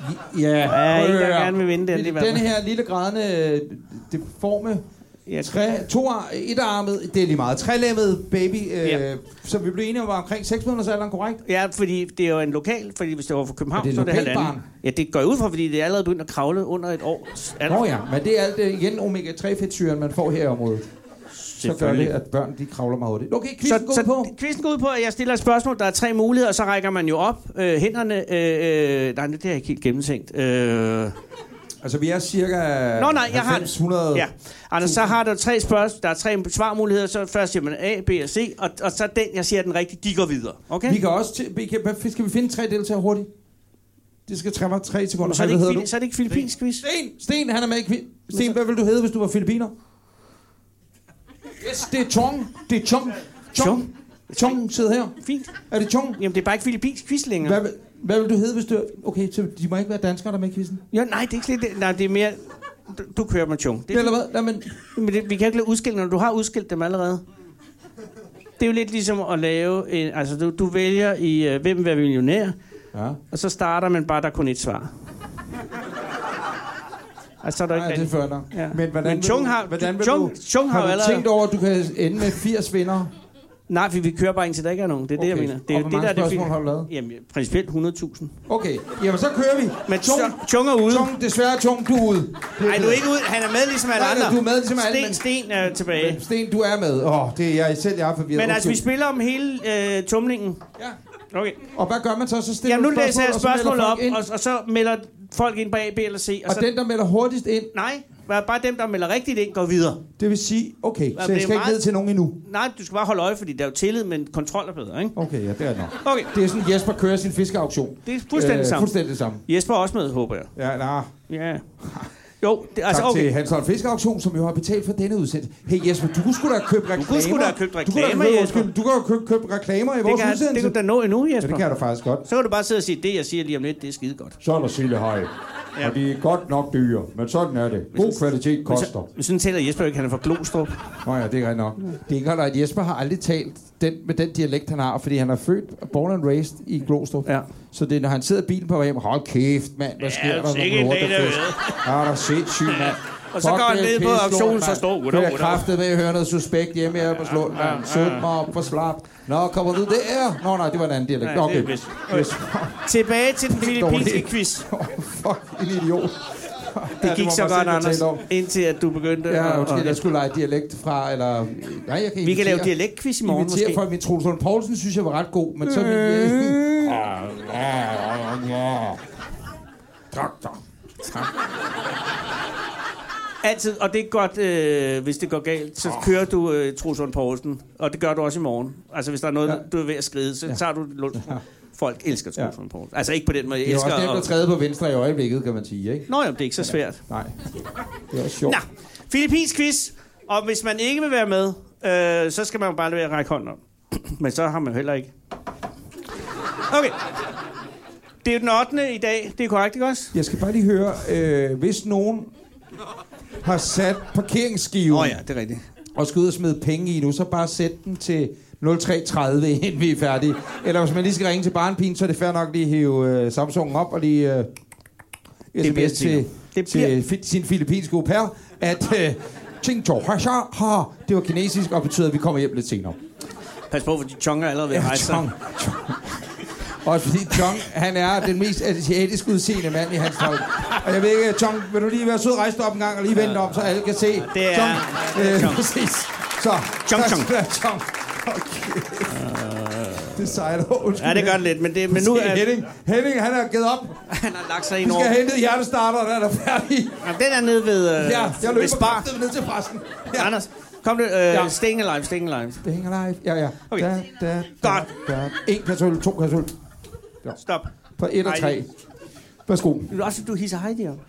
Ja, Ja, en, der hør. gerne vil vinde den. Den, Det den her lille grædende, deforme, Ja, tre, to, etarmet, det er lige meget, trelemmet baby, øh, Ja. som vi blev enige om var omkring seks måneders alderen, korrekt? Ja, fordi det er jo en lokal, fordi hvis det var fra København, Er det så er det lokalt halvanden. barn? Ja, det går jeg ud fra, fordi det er allerede begyndt at kravle under et år. Nå ja, men det er alt det, igen omega tre fedtsyren, man får her i området. Så gør det, at børn de kravler meget hurtigt. Okay, quizzen Så, går så på. quizzen går ud på, at jeg stiller et spørgsmål. Der er tre muligheder, og så rækker man jo op. Øh, hænderne... Øh, øh, nej, det har jeg ikke helt gennemtænkt. Øh, Altså, vi er cirka Nå nej, jeg har halvfems hundrede... Ja. Anders, så har du tre spørgsmål. Der er tre svarmuligheder. Så først siger man A, B og C. Og, og så den, jeg siger den rigtige, de går videre. Okay? Vi kan også... Til, vi kan, skal vi finde tre deltagere hurtigt? Det skal tage mig tre sekunder. Så er, det Hvad ikke, hedder fili- så er det ikke filippinsk quiz? Sten, Sten, han er med i quiz. Sten, hvad vil du hedde, hvis du var filippiner? Yes, det er Chong. Det er Chong. Chong. Chong sidder her. Fint. Er det Chong? Jamen, det er bare ikke filippinsk quiz længere. Hvad, vil- hvad vil du hedde, hvis du... Okay, så de må ikke være danskere, der er med i quizzen. Ja, nej, det er ikke slet det. Nej, det er mere... Du, du kører med Chung. Det er Eller hvad? Nej, men... Men det, vi kan ikke lade udskilte, når du har udskilt dem allerede. Det er jo lidt ligesom at lave en... Altså, du, du vælger i uh, Hvem vil være millionær, Ja. og så starter man bare, der er kun et svar. Altså, så er der Nej, ikke det er før nok. Ja. Men hvordan Men vil Chung du, har- hvordan vil Chung- du, Chung har har jo du allerede- tænkt over, at du kan ende med firs vinder? Nej, for vi kører bare indtil der ikke er nogen. Det er Okay. det, jeg mener. Det er Og jo hvor det, mange der er det spørgsmål fint. har du lavet? Jamen, principielt hundrede tusind. Okay, jamen så kører vi. Men Chung, Chung- Chung er ude. Chung, desværre Chung, du er ude. Nej, du er ikke ude. Han er med ligesom alle Nej, nej, andre. du er med ligesom alle, Sten, men- Sten er tilbage. Men Sten, du er med. Åh, oh, det er jeg selv, jeg er forvirret. Men altså, vi Okay. spiller om hele øh, tumlingen. Ja. Okay. Og hvad gør man så? Så stiller Jamen, nu du læser jeg og så melder spørgsmålet folk op, ind. og, og så melder folk ind på A, B eller C. Og, Og så, den, der melder hurtigst ind, Nej, bare dem, der melder rigtigt ind, går videre. det vil sige, okay, så det jeg er skal ikke meget- ned til nogen endnu. Nej, du skal bare holde øje, fordi der er jo tillid, men kontrol er bedre, ikke? Okay, ja, det er det nok. Okay, Det er sådan, Jesper kører sin fiskeauktion. det er fuldstændig det samme. Fuldstændig det samme. Jesper er også med, håber jeg. Ja, nej. Ja. Jo, det, Altså, altså tak okay. til Hansholm Fiskeauktion, som jo har betalt for denne udsendelse. Hey Jesper, du kunne sgu da have købt reklamer. kunne sgu da have købt Du kunne reklamer, da have- Jesper. Du kan jo købe, købe reklamer i Det vores kan, det udsendelse. kan du da nå endnu, Ja, Jesper. det kan jeg da faktisk godt. Så kan du bare sidde og sige, det jeg siger lige om lidt, det er skide godt. Så er der Sille Høj. Ja. Og de er godt nok dyre, men sådan er det. God kvalitet koster. Men sådan taler Jesper jo ikke, han er fra Glostrup. Nå ja, det er rigtigt nok. Det er ikke godt, at Jesper har aldrig talt den, med den dialekt, han har, fordi han er født, born and raised i Glostrup. Ja. Så det er, når han sidder i bilen på vej hjem, hold kæft, mand, hvad sker Ja, der? Sådan sikke en nogle dag, der lortefest. Ja, der er sindssygt, mand. Og så går han ned på auktionen, så står Goddag, jeg kraftet med at høre noget suspekt hjemme her på Slund, mand. Sød mig op for slap. Nå, kommer du der? Nå, nej, det var en anden dialekt. Nej, Okay. det er vist. Yes. Tilbage til den filippinske dårligt. quiz. Fuck, en idiot. Det Ja, gik må så man godt, selv Anders, fortælle om. indtil at du begyndte Ja, at... undskyld, at- jeg skulle lege dialekt fra, eller... Nej, jeg kan Vi kan lave imitere- dialektquiz i morgen, imitere måske. folk. Min Troels Lund Poulsen synes jeg var ret god, men så vil jeg... Traktor. Altid, og det er godt, øh, hvis det går galt, så kører du øh, Troels Lund Poulsen, og det gør du også i morgen. Altså, hvis der er noget, Ja. du er ved at skride, så tager du... Folk elsker Troels Ja. Lund Poulsen. Altså, ikke på den måde, jeg Det er elsker... også nemt at- at træde på venstre i øjeblikket, kan man sige, ikke? Nå jo, det er ikke så svært. Nej, det er også sjovt. Nå, filippinsk quiz, og hvis man ikke vil være med, øh, så skal man jo bare lade være at række hånden op. Men så har man jo heller ikke. Okay. Det er jo den ottende i dag, det er korrekt, ikke også? Jeg skal bare lige høre, øh, hvis nogen har sat parkeringsskiven Åh oh, ja, det er rigtigt. og skal ud og smide penge i nu, så bare sæt den til nul tre tredive, inden vi er færdige. Eller hvis man lige skal ringe til barnpigen, så er det fair nok lige at hive øh, Samsungen op og lige øh, Det bliver sms til, det til bliver- fi, sin filippinske au pair, at øh, Ting to ha, ha, det var kinesisk og betyder, at vi kommer hjem lidt senere. Pas på, for de Chong er allerede ved at Ja, rejse Chong. sig. Chong. Også fordi Chong, han er den mest asiatisk udseende mand i hans folk. Og jeg ved ikke, Chong, vil du lige være sød og rejse dig op en gang og lige vente om, så alle kan se Det er- Chong. ja, det er Øh, Chong. præcis. Så, Chong, tak Chong. skal du have, Chong. Okay. Det sejler. Undskyld. Ja, det gør det lidt, men, det, men nu er... Henning, Henning, han har givet op. Han har lagt sig Vi ind over. skal have hentet hjertestarteren, der er færdig. Jamen, den er nede ved, øh, Ja, jeg ved løber Spar. kraftigt ned til præsten. Ja. Anders, kom det. Øh, Ja. Staying alive, staying alive. Det hænger live. Ja, ja. Okay. Da, da, Godt. Da, da. En kassøl, to kassøl. Stop. På et og Heidi. tre. Værsgo. Du også, du hisser Heidi op.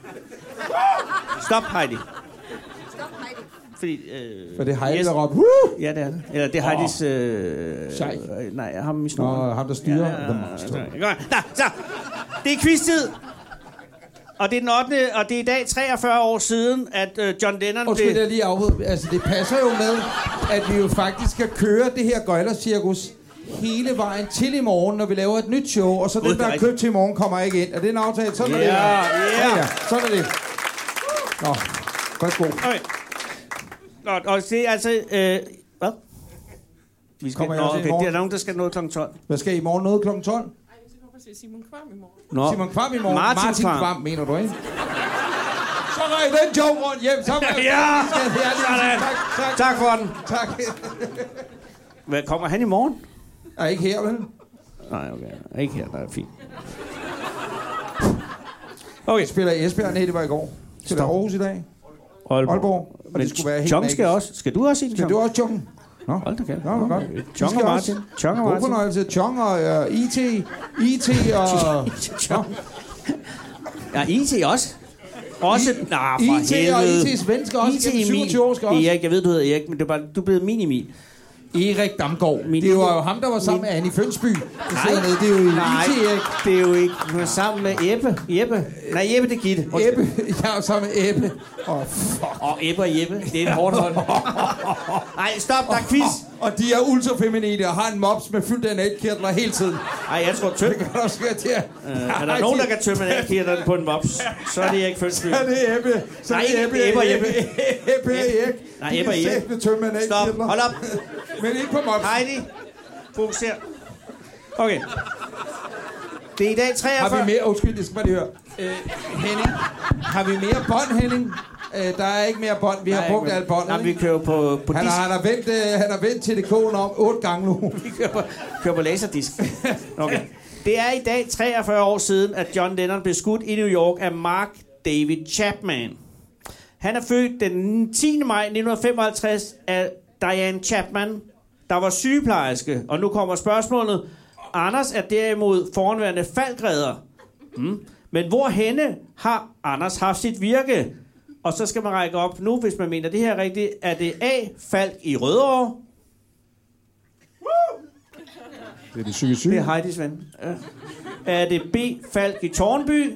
Stop, Heidi. Fordi, øh, For det er Heidi, yes. der råber. Woo! Ja, det er det. Eller det er Heidis... Øh, Sheik. øh, nej, ham i snoren. Nå, ham, der styrer. Ja, The master. ja, ja. Godt. Nå, så. Det er quiz-tid. Og det er den ottende, og det er i dag treogfyrre år siden, at øh, John Lennon Undskyld, blev... jeg lige afbryde. Altså, det passer jo med, at vi jo faktisk skal køre det her gøjlercirkus hele vejen til i morgen, når vi laver et nyt show, og så den, der er købt til i morgen, kommer ikke ind. Er det en aftale? Sådan er det. Ja, ja. Sådan er det. Nå, værsgo. Okay. Nå, og det er altså... Øh, hvad? Vi skal, nå, okay. Der er nogen, der skal nå klokken tolv. Hvad skal I i morgen nå klokken tolv? Nej, jeg skal bare se Simon Kvam i morgen. Nå. Simon Kvam i morgen? Martin, Martin Kvam. Kvam, mener du, ikke? Så røg den joke rundt hjem. Så ja! Tak, tak. Tak for den. Tak. Hvad, kommer han i morgen? Er ikke her, vel? Nej, okay. Ikke her, der er fint. Okay. Spiller i Esbjerg? Nej, det var i går. Spiller Aarhus i dag? Aalborg. Aalborg. Og det skulle være helt Chong skal også. Skal du også i den? Skal du også Chong? Nå, hold da kæft. Nå, hvor godt. Chong og Martin. Chong og Martin. God fornøjelse. Chong og uh, I T. I T og... Chong. Ja, I T også. Også... I, nah, I T og I T's ven skal også. I T syvogtyve år skal også. Erik, jeg ved, du hedder Erik, men det er bare, du er blevet Mini-Emil. Erik Damgaard. Det var jo ham, der var sammen med Annie Fønsby. Nej, det er jo nej, I T, Erik. Det er jo ikke. Du er sammen med Ebbe. Jeppe. Nej, Jeppe, det er Gitte. Ebbe. Jeg er sammen med Ebbe. Åh, oh, fuck. Og oh, Ebbe og Jeppe. Det er et hårdt hold. Nej, stop. Der er quiz. Og, og de er ultrafeminine og har en mops med fyldt analkirtler hele tiden. Nej, jeg tror tøm. Det kan også ske til. Uh, er der nogen, der kan tømme analkirtlerne på en mops, så er det ikke Fønsby. Så er det Ebbe. Så er det Ebbe. Ebbe og Jeppe. Ebbe og Erik. Nej, Ebbe og Jeppe. Stop. Hold op. Men ikke på mops. Heidi. Fokuser. Okay. Det er i dag treogfyrre... Har vi mere... Undskyld, det skal bare lige høre. Øh, Henning. Har vi mere bånd, Henning? Øh, der er ikke mere bånd. Vi har Nej, brugt alt båndet. Nej, vi kører på, på han, disk. har, han, har vendt, øh, han har vendt T D K'en om otte gange nu. Vi kører på, kører på laserdisk. Okay. Det er i dag treogfyrre år siden, at John Lennon blev skudt i New York af Mark David Chapman. Han er født den tiende maj nitten femoghalvtreds af Diane Chapman, der var sygeplejerske. Og nu kommer spørgsmålet. Anders er derimod foranværende falkredder. Mm. Men hvor henne har Anders haft sit virke? Og så skal man række op nu, hvis man mener det her er rigtigt. Er det A. Falk i Rødovre? Det er det syge syge. Det er Heidis ven. Ja. Er det B. Falk i Tårnby?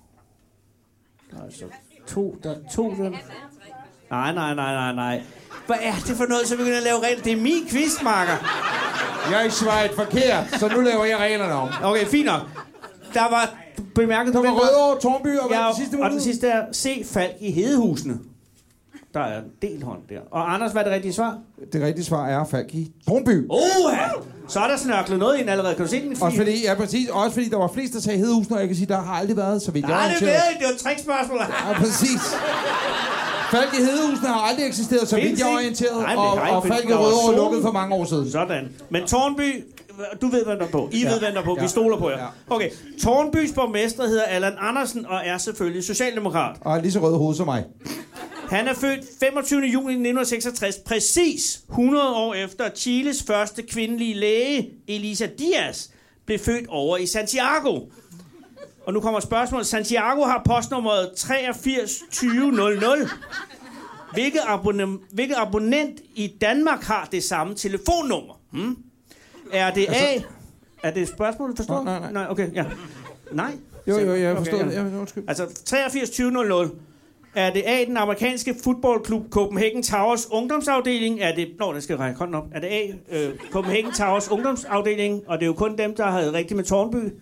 Der er så to, der er to. Der... Nej, nej, nej, nej, nej. Hvad er det for noget, så vi kan lave regler? Det er min quiz, Marker. Jeg svarede forkert, så nu laver jeg reglerne om. Okay, fint nok. Der var bemærket... Der var Rødovre, Tårnby, og hvad ja, den sidste mulighed? Og den sidste er C. Falk i Hedehusene. Der er en del hånd der. Og Anders, hvad er det rigtige svar? Det rigtige svar er Falk i Tårnby. Oha! Så er der snørklet noget ind allerede. Kan du se den? Også fordi, ja, præcis. Også fordi der var flest, der sagde Hedehusene, og jeg kan sige, der har aldrig været, så vidt jeg Nej, det ved jeg ikke. Det var et trickspørgsmål. Ja, præcis. Falk i Hedehusene har aldrig eksisteret, så vidt jeg er orienteret, Nej, og, og Falk i Rødovre lukket for mange år siden. Sådan. Men Tårnby, du ved, hvad der er på. I ja. ved, hvad der er på. Vi stoler på jer. Ja. Okay. Tårnbys borgmester hedder Allan Andersen, og er selvfølgelig socialdemokrat. Og er lige så rød hoved som mig. Han er født femogtyvende juni nitten seksogtres, præcis hundrede år efter Chiles første kvindelige læge, Elisa Diaz, blev født over i Santiago. Og nu kommer spørgsmålet. Santiago har postnummeret treogfirs tyve nul nul. Hvilket, abonne- hvilket abonnent i Danmark har det samme telefonnummer? Hmm? Er det A... Altså... Er det et spørgsmål, du forstår? Nej, nej, nej. Okay, ja. Nej? Jo, jo, jeg forstår okay, ja. det. Ja, altså, treogfirs tyve nul nul. Er det A, den amerikanske fodboldklub Copenhagen Towers ungdomsafdeling? Er det... Nå, det skal række hånden op. Er det A, øh, Copenhagen Towers ungdomsafdeling? Og det er jo kun dem, der har rigtigt med Tårnby.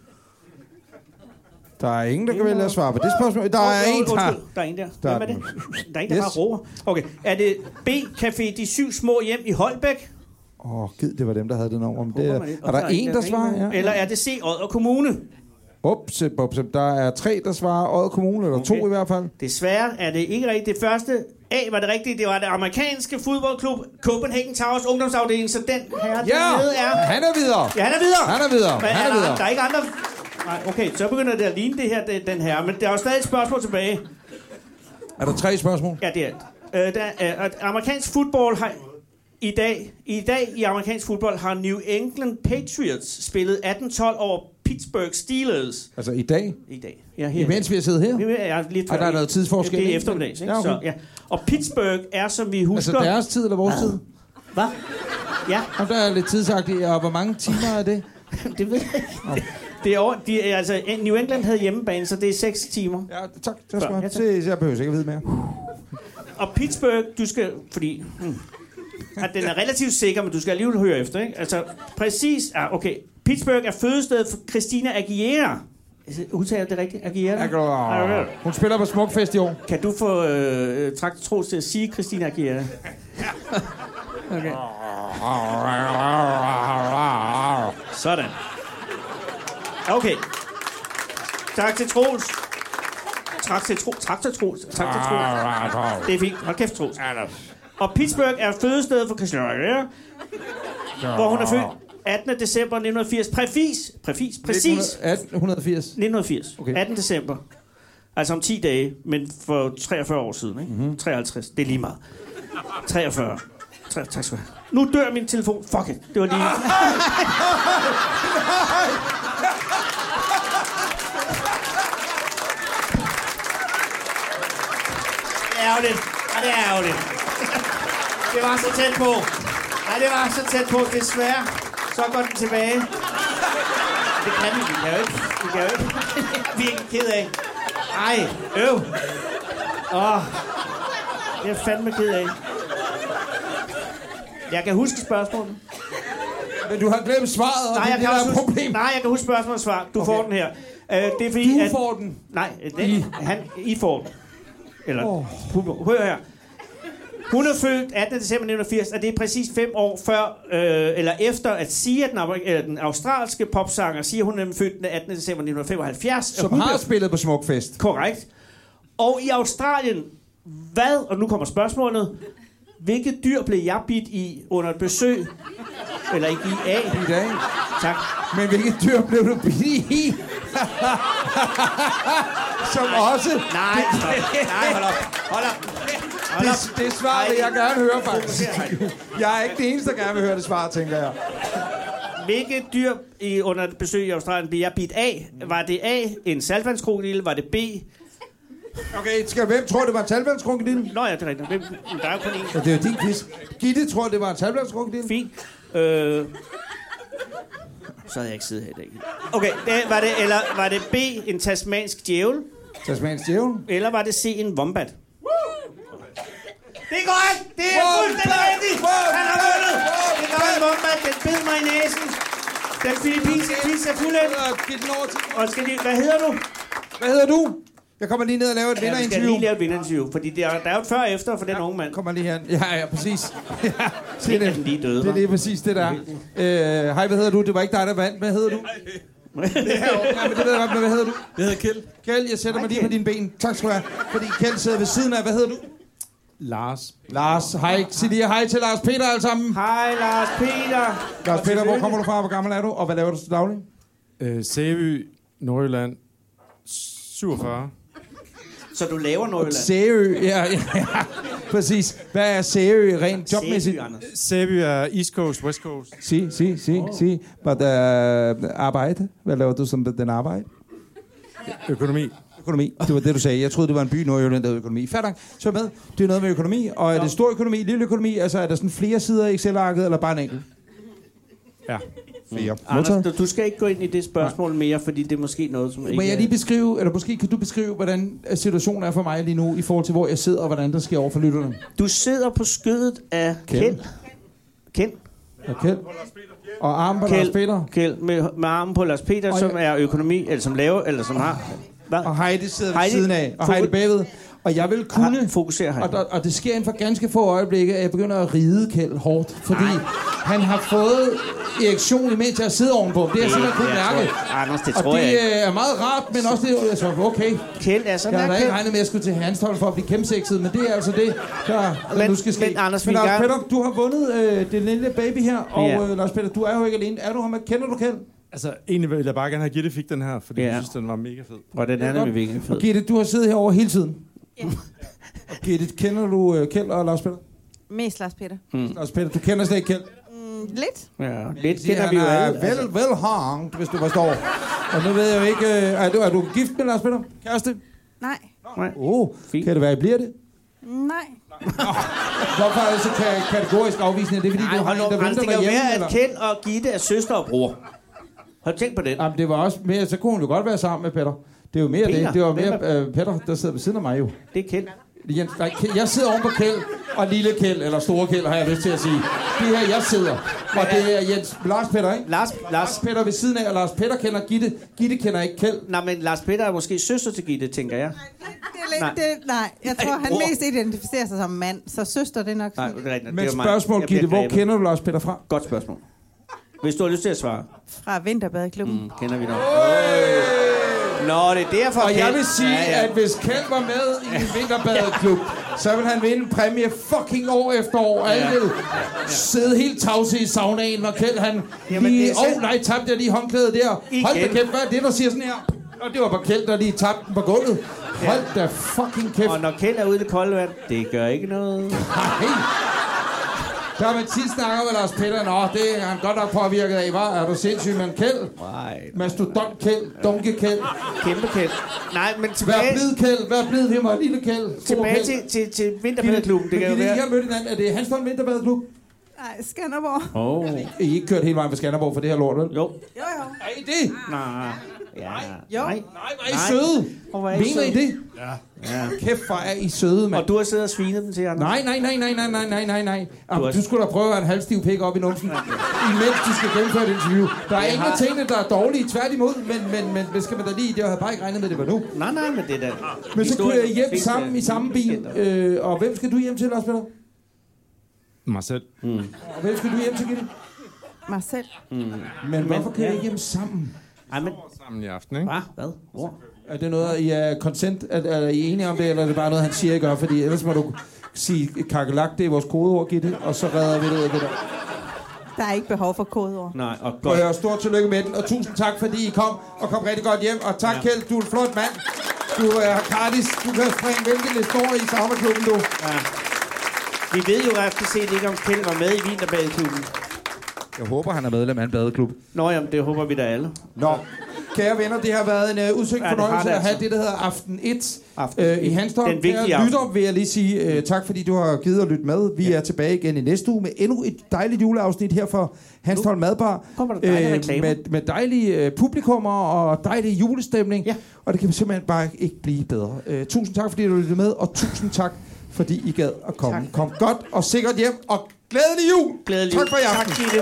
Der er ingen, der kan vælge at svare på det spørgsmål. Der er en, der... Der er en der. Hvem er det? Der er en, der har roer. Okay. Er det B, Café De Syv Små Hjem i Holbæk? Åh, oh, gid, det var dem, der havde det nummer. Det er, er der en, der svarer? Ja. Eller er det C, Odder Kommune? Ups, ups, der er tre, der svarer Odder Kommune, eller okay. to i hvert fald. Desværre er det ikke rigtigt. Det første A var det rigtige. Det var det amerikanske fodboldklub Copenhagen Towers ungdomsafdeling, så den her ja, dernede er... han er videre. Ja, han er videre. Han er videre. Men han er, er videre. Der, der er ikke andre... Nej, okay, så begynder det at ligne det her, det, den her. Men der er jo stadig et spørgsmål tilbage. Er der tre spørgsmål? Ja, det er det. Øh, der er, amerikansk fodbold har... I dag, I dag i amerikansk fodbold har New England Patriots spillet atten tolv over Pittsburgh Steelers. Altså i dag? I dag. Ja, her. Imens vi har siddet her? Ja, lidt før. Og der er noget tidsforskel? Det er eftermiddags, ikke? Ja, okay. Så, ja. Og Pittsburgh er, som vi husker... Altså deres tid eller vores Hvad? tid? Hvad? Ja. Og der er lidt tidsagtigt, og hvor mange timer er det? Det ved jeg ikke. Okay. Det er over, de, altså, New England havde hjemmebane, så det er seks timer. Ja, tak. Tak skal du have. Jeg behøver ikke at vide mere. Og Pittsburgh, du skal... Fordi... Hmm. at den er relativt sikker, men du skal alligevel høre efter, ikke? Altså, præcis... Ah, okay. Pittsburgh er fødestedet for Christina Aguilera. Udtaler det rigtigt? Aguilera? Aguilera. Hun spiller på Smukfest i år. Kan du få øh, Traktor Troels til at sige Christina Aguilera? Okay. Sådan. Okay. Tak til Troels. Tak til Troels. Tak til Troels. Tak til Troels. Det er fint. Hold kæft, Troels. Og Pittsburgh er fødestedet for Christina Aguilera, hvor hun er født attende december nitten firs. Præcis. Præcis. Præcis. atten firs. nitten firs. Okay. attende december. Altså om ti dage, men for treogfyrre år siden, ikke? Mm-hmm. treoghalvtreds. Det er lige meget. treogfyrre. tre, tak skal du have. Nu dør min telefon. Fuck it. Det var lige... Det er ærgerligt. Ja, det er ærgerligt. Det var så tæt på. Nej, det var så tæt på. Desværre. Så går den tilbage. Det kan vi. Vi kan jo ikke. Vi kan jo ikke. Vi er ikke ked af. Ej, øv. Åh. Det er fandme ked af. Jeg kan huske spørgsmålet. Men du har glemt svaret, og nej, det er jeg det, kan der er huske, problem. Nej, jeg kan huske spørgsmålet og svar. Du okay. får den her. Uh, det er fordi, du at, får den? Nej, den, I. Han, I får den. Eller, oh. hør her. Hun er født attende december nitten firs, og det er præcis fem år før, øh, eller efter at sige, at den, øh, den australske popsanger siger, hun er født den attende december nitten femoghalvfjerds. Som har bliver... spillet på Smukfest. Korrekt. Og i Australien, hvad, og nu kommer spørgsmålet, hvilket dyr blev jeg bidt i under et besøg? Eller ikke i af? I dag. Tak. Men hvilket dyr blev du bidt i? Som nej, også... Nej, stop. Nej, hold op. Hold op. Hold op. Det, det svar vil jeg gerne høre, faktisk. Jeg er ikke det eneste, der gerne vil høre det svar, tænker jeg. Hvilket dyr i, under et besøg i Australien blev jeg bidt af? Var det A, en saltvandskrokodil? Var det B? Okay, skal, hvem tror, det var en saltvandskrokodil? Nå ja, det er rigtigt. Hvem, der er jo kun én. Ja, det er jo din quiz. Gitte tror, det var en saltvandskrokodil. Fint. Øh... Så havde jeg ikke siddet her i dag. Okay, det, var det, eller var det B, en tasmansk djævel? Tasmansk djævel? Eller var det C, en wombat? Det er godt! Det er fuldstændig rigtigt! Han har vundet! Det var en wombat, den bed mig i næsen. Den filippinske quiz er fuldendt. Og skal de... Hvad hedder du? Hvad hedder du? Jeg kommer lige ned og laver et ja, vinderinterview. Ja, vi skal lige lave et vinderinterview, fordi der er, der er jo et før og efter for den ja, unge mand. Kommer lige her. Ja, ja, præcis. Ja, det er den lige døde, det er lige præcis det der. Øh, hej, hvad hedder du? Det var ikke dig, der vandt. Hvad hedder du? det her, ja, men det ved jeg godt, men hvad hedder du? Jeg hedder Kjeld. Kjeld, jeg sætter hej, mig lige på dine ben. Tak skal du have. Fordi Kjeld sidder ved siden af. Hvad hedder du? Lars. Lars, hej. Sig lige hej til Lars Peter alle sammen. Hej, Lars Peter. Lars Peter, hvor kommer du fra? Hvor gammel er du? Og hvad laver du til daglig? Øh, Sæby, Nordjylland. syvogfyrre. Så du laver Nordjylland? Sæby, ja, ja, ja, præcis. Hvad er Sæby rent jobmæssigt? Sæby er East Coast, West Coast. Sig, sig, sig, oh. sig. Hvad der arbejde? Hvad laver du som den arbejde? Økonomi. Økonomi, det var det, du sagde. Jeg troede, det var en by, Nordjylland, der havde økonomi. Fair så med. Det er noget med økonomi. Og er det stor økonomi, lille økonomi? Altså, er der sådan flere sider i Excel-arket, eller bare en enkelt? Ja. Flere. Anders, du, du skal ikke gå ind i det spørgsmål mere, fordi det er måske noget, som ikke... Må jeg lige beskrive, eller måske kan du beskrive, hvordan situationen er for mig lige nu, i forhold til, hvor jeg sidder, og hvordan der sker over for lytterne? Du sidder på skødet af Kjeld. Kjeld. Og Kjeld. Og armen på Kjeld. Lars Peter. Kjeld med, med armen på Lars Peter, og som er økonomi, eller som laver, eller som har... Hvad? Og Heidi sidder ved siden af, og Heidi bagved. Og jeg vil kunne... Fokusere Heidi. Og, der, og det sker inden for ganske få øjeblikke, at jeg begynder at ride Kjeld hårdt. Fordi Ej. han har fået erektion imens jeg sidder ovenpå. Det er simpelthen kun mærke. Anders, det og tror det jeg ikke. er meget rart, men også det... Altså, okay. Kjeld er sådan jeg der, har da ikke regnet med, at jeg skulle til Hanstholm for at blive kæmpesexet, men det er altså det, der, der men, nu skal ske. Men Anders, men, Lars Lars Peter, du har vundet øh, det lille baby her, og ja. øh, Lars Peter, du er jo ikke alene. Er du her med? Kender du Kjeld? Altså, egentlig ville jeg bare gerne have Gitte fik den her, fordi ja. jeg synes, den var mega fed. Og den anden er virkelig fed. Og Gitte, du har siddet herovre hele tiden. Ja. Og Gitte, kender du uh, Kjeld og Lars Peter? Mest Lars Peter. Mm. Lars Peter, du kender slet ikke Kjeld? Mm, lidt. Ja, lidt kender vi jo alle. Vel, vel hangt, hvis du forstår. Og nu ved jeg jo ikke, uh, er, du, er du gift med Lars Peter? Kæreste? Nej. Nej. Åh, oh, kan det være, I bliver det? Nej. Hvorfor er det så kategorisk afvisning? Det er fordi, Nej, du har en, der Anders, venter det kan jo derhjemme? være, at Kjeld og Gitte er søster og bror. Har du tænkt på det? Jamen, det var også mere, så kunne hun jo godt være sammen med Peter. Det er jo mere Peter? det. Det var mere uh, Peter, der sidder ved siden af mig jo. Det er Kjeld. Jeg, jeg sidder oven på Kjeld, og lille Kjeld, eller store Kjeld, har jeg lyst til at sige. Det er her, jeg sidder. Og det er Jens Lars Petter, ikke? Lars, Lars... Lars Petter ved siden af, og Lars Petter kender Gitte. Gitte kender ikke Kjeld. Nej, men Lars Petter er måske søster til Gitte, tænker jeg. Nej, det er lidt, nej. Det, nej. jeg tror, han bror. mest identificerer sig som mand, så søster, det er nok sådan. Nej, det er rigtigt. Men det er spørgsmål, Gitte, hvor kender du Lars Petter fra? Godt spørgsmål. Hvis du har lyst til at svare. Fra Vinterbadeklubben. Mm, kender vi nok. Nå, det er derfor, Og Kjeld... jeg vil sige, ja, ja. at hvis Kjeld var med i en vinterbadeklub, så vil han vinde en præmie fucking år efter år. Alle Ja. vil sidde helt tavse i saunaen, når Kjeld han Jamen, lige... det er Åh, sandt. oh, nej, tabte jeg lige håndklædet der. Igen. Hold da kæft, hvad er det, der siger sådan her? Og det var bare Kjeld, der lige tabte den på gulvet. Hold da fucking kæft. Og når Kjeld er ude i det kolde vand, det gør ikke noget. Nej. Der har man tit snakket med Lars Petter. Nå, det er han godt nok påvirket af, hva'? Er du sindssyg med en Kjeld? Nej. Mastodont Kjeld, dunke Kjeld. Kæmpe Kjeld. Nej, men Hvad tilbage... er blevet Kjeld? Hvad er blevet ved mig? Lille Kjeld. Stor Tilbage Kjeld. til, til, til Vinterbadeklubben, det kan jo Men I være... har mødt hinanden. Er det Hanstholm Vinterbadeklub? Nej, Skanderborg. Åh. Oh. I har ikke kørt hele vejen fra Skanderborg for det her lort, vel? Jo. Jo, jo. Er I det? Nej. Ja. Jo. Nej. Nej, hvor er I søde. Og hvor er I Mener I søde? det? Ja. Ja. Kæft, hvor er I søde, mand. Og du har siddet og svinet dem til, Anders? Nej, nej, nej, nej, nej, nej, nej, nej, nej. Jamen, har- du skulle da prøve at have en halvstiv pik op i numsen, imens de skal gennemføre et interview. Der er ingen af tingene, der er dårlige, tværtimod, men, men, men hvad skal man da lige? Det havde jeg bare ikke regnet med, det var nu. Nej, nej, men det er da... Men så kører I hjem Flest, sammen øh, i samme bil, weekender. øh, og hvem skal du hjem til, Lars Petter? Mig selv. Mm. Og hvem skal du hjem til, Gitte? Mig selv. Mm. Men hvorfor kører I ja. ikke hjem sammen? Ej, men... Sammen i aften, ikke? Hvad? Hvad? Hvor? Er det noget, I er consent? Er, er I enige om det, eller er det bare noget, han siger, I gør? Fordi ellers må du sige, kakelak, det er vores kodeord, Gitte, og så redder vi det ud af det der. Der er ikke behov for kodeord. Nej, og Og godt. jeg stort tillykke med den, og tusind tak, fordi I kom, og kom rigtig godt hjem. Og tak, ja. Kjeld, du er en flot mand. Du er gratis. Du kan springe hvilken historie i sommerklubben, du. Ja. Vi ved jo efter set ikke, om Kjeld var med i Vinterbadeklubben. Jeg håber, han er medlem af en badeklub. Nå, jamen, det håber vi da alle. Nå. Kære venner, det har været en uh, udsøgt Ja, det har fornøjelse det at have altså. det, der hedder Aften et Aften øh, i et. Hanstholm. Den vigtige Kære aften. lytter, vil jeg lige sige uh, tak, fordi du har givet at lytte med. Vi ja. er tilbage igen i næste uge med endnu et dejligt juleafsnit her for Hanstholm Madbar. Kommer der dejlige reklamer. med, med dejlige uh, publikummer og dejlig julestemning. Ja. Og det kan simpelthen bare ikke blive bedre. Uh, tusind tak, fordi du lyttede med, og tusind tak, fordi I gad at komme. Tak. Kom godt og sikkert hjem, og glædelig jul! Glædelig Tak jul. for i aften. Tak, Gitte.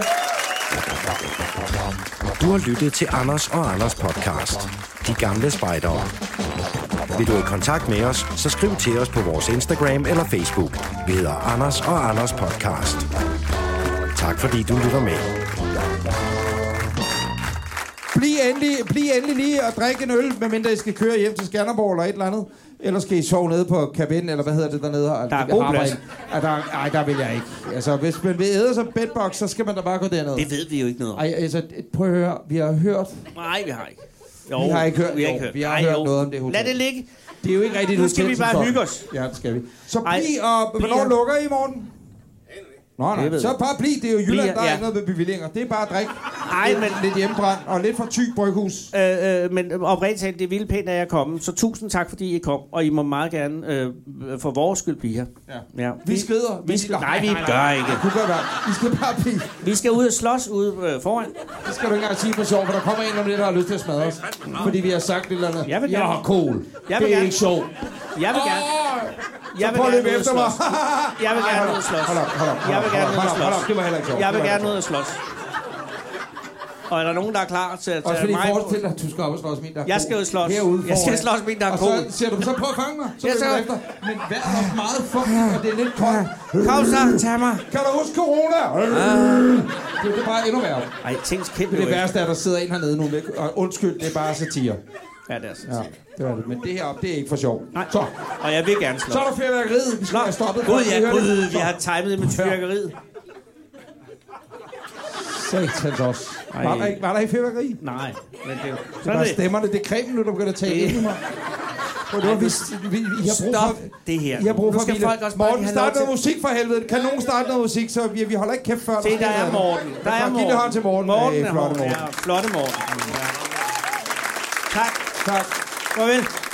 Du har lyttet til Anders og Anders podcast. De gamle spejdere. Vil du i kontakt med os, så skriv til os på vores Instagram eller Facebook. Vi hedder Anders og Anders podcast. Tak fordi du lytter med. Bliv endelig, bliv endelig lige og drikke en øl, medmindre I skal køre hjem til Skanderborg eller et eller andet. Eller skal I sove nede på kabinen, eller hvad hedder det dernede? Der er god plads. Ja, der, ej, der vil jeg ikke. Altså, hvis man vil æde som bedbox, så skal man da bare gå derned. Det ved vi jo ikke noget om. Ej, altså, prøv at høre. Vi har hørt... Nej, vi har ikke. Jo, Vi har ikke hørt- vi har jo, ikke hørt. vi har Ej, hørt jo. noget om det hotel. Lad det ligge. Det er jo ikke rigtigt. Nu skal hotel vi som bare sådan. hygge os. Ja, det skal vi. Så Ej, bliv, og bliv hvornår her. lukker I i morgen? Nå, nej. Det ved Så jeg. bare bliv. Det er jo Jylland, Bliv her, der er ja. ikke noget med bevillinger. Det er bare at drikke. Ej, lidt, men- lidt hjemmebrændt og lidt fra Thy Bryghus. Øh, øh, men oprigtigt talt, det er vildt pænt, at jeg er kommet. Så tusind tak, fordi I kom. Og I må meget gerne øh, for vores skyld blive her. Ja. Ja. Vi skrider. Vi skrider. Nej, vi gør ikke. Du gør hvad? Vi skal bare blive. Vi skal ud og slås ude øh, foran. Det skal du ikke engang sige for sjov, for der kommer en om det, der har lyst til at smadre os. Fordi vi har sagt et eller andet. Jeg vil Jeg gerne. har kål. Jeg vil Det er gerne. ikke sjovt. Jeg vil gerne. Jeg vil prøv at gerne løbe ud og efter mig. slås. Jeg vil gerne ud og slås. Hold op, hold op, hold Jeg op, vil gerne ud hold og op, hold slås. op. Det var heller ikke sjovt. Jeg vil Det var gerne heller ud og slås. Og er der nogen, der er klar til at Også tage fordi mig på? forestil dig, at du skal op og slås min, der er Jeg kål. skal ud og slås. Herude Jeg skal foran. slås min, der er Og kål. så siger du, så prøv at fange mig. Så Ja, løber så. du efter. Men vejret er meget fugtigt, og det er lidt koldt. Kom så, tag mig. Kan du huske corona? Det er bare endnu værre. Ej, ting kæmpe Det værste er, at der sidder en hernede nu. Og undskyld, det er bare satire. Ja, det er så. Ja, det var det. Men det her op, det er ikke for sjov. Nej. Så, Og jeg vil gerne slås. så er der fyrværkeriet. Vi skal have stoppet. Gud, ja, Vi hører gud, det. vi har timet det med fyrværkeriet. Satans også. Ej. Var der, ikke, var der ikke fyrværkeri? Nej, men det er jo... Det Så er er bare det. stemmerne. Det er cremen nu, der begynder at tage Det- ind i mig. Og det var, vi, vi, I har brug Stop for, det her. I har brug Nu for skal hvile. folk også bare Morten, lige have lov start noget til- musik for helvede. Kan nogen starte noget musik, så vi, vi holder ikke kæft før. Se, der er Morten. Der er Giv det hånd Morten. til Morten. Morten Hey, er flotte Morten. Morten. Ja, flotte Morten. Ja. Tak. Tak. Farvel.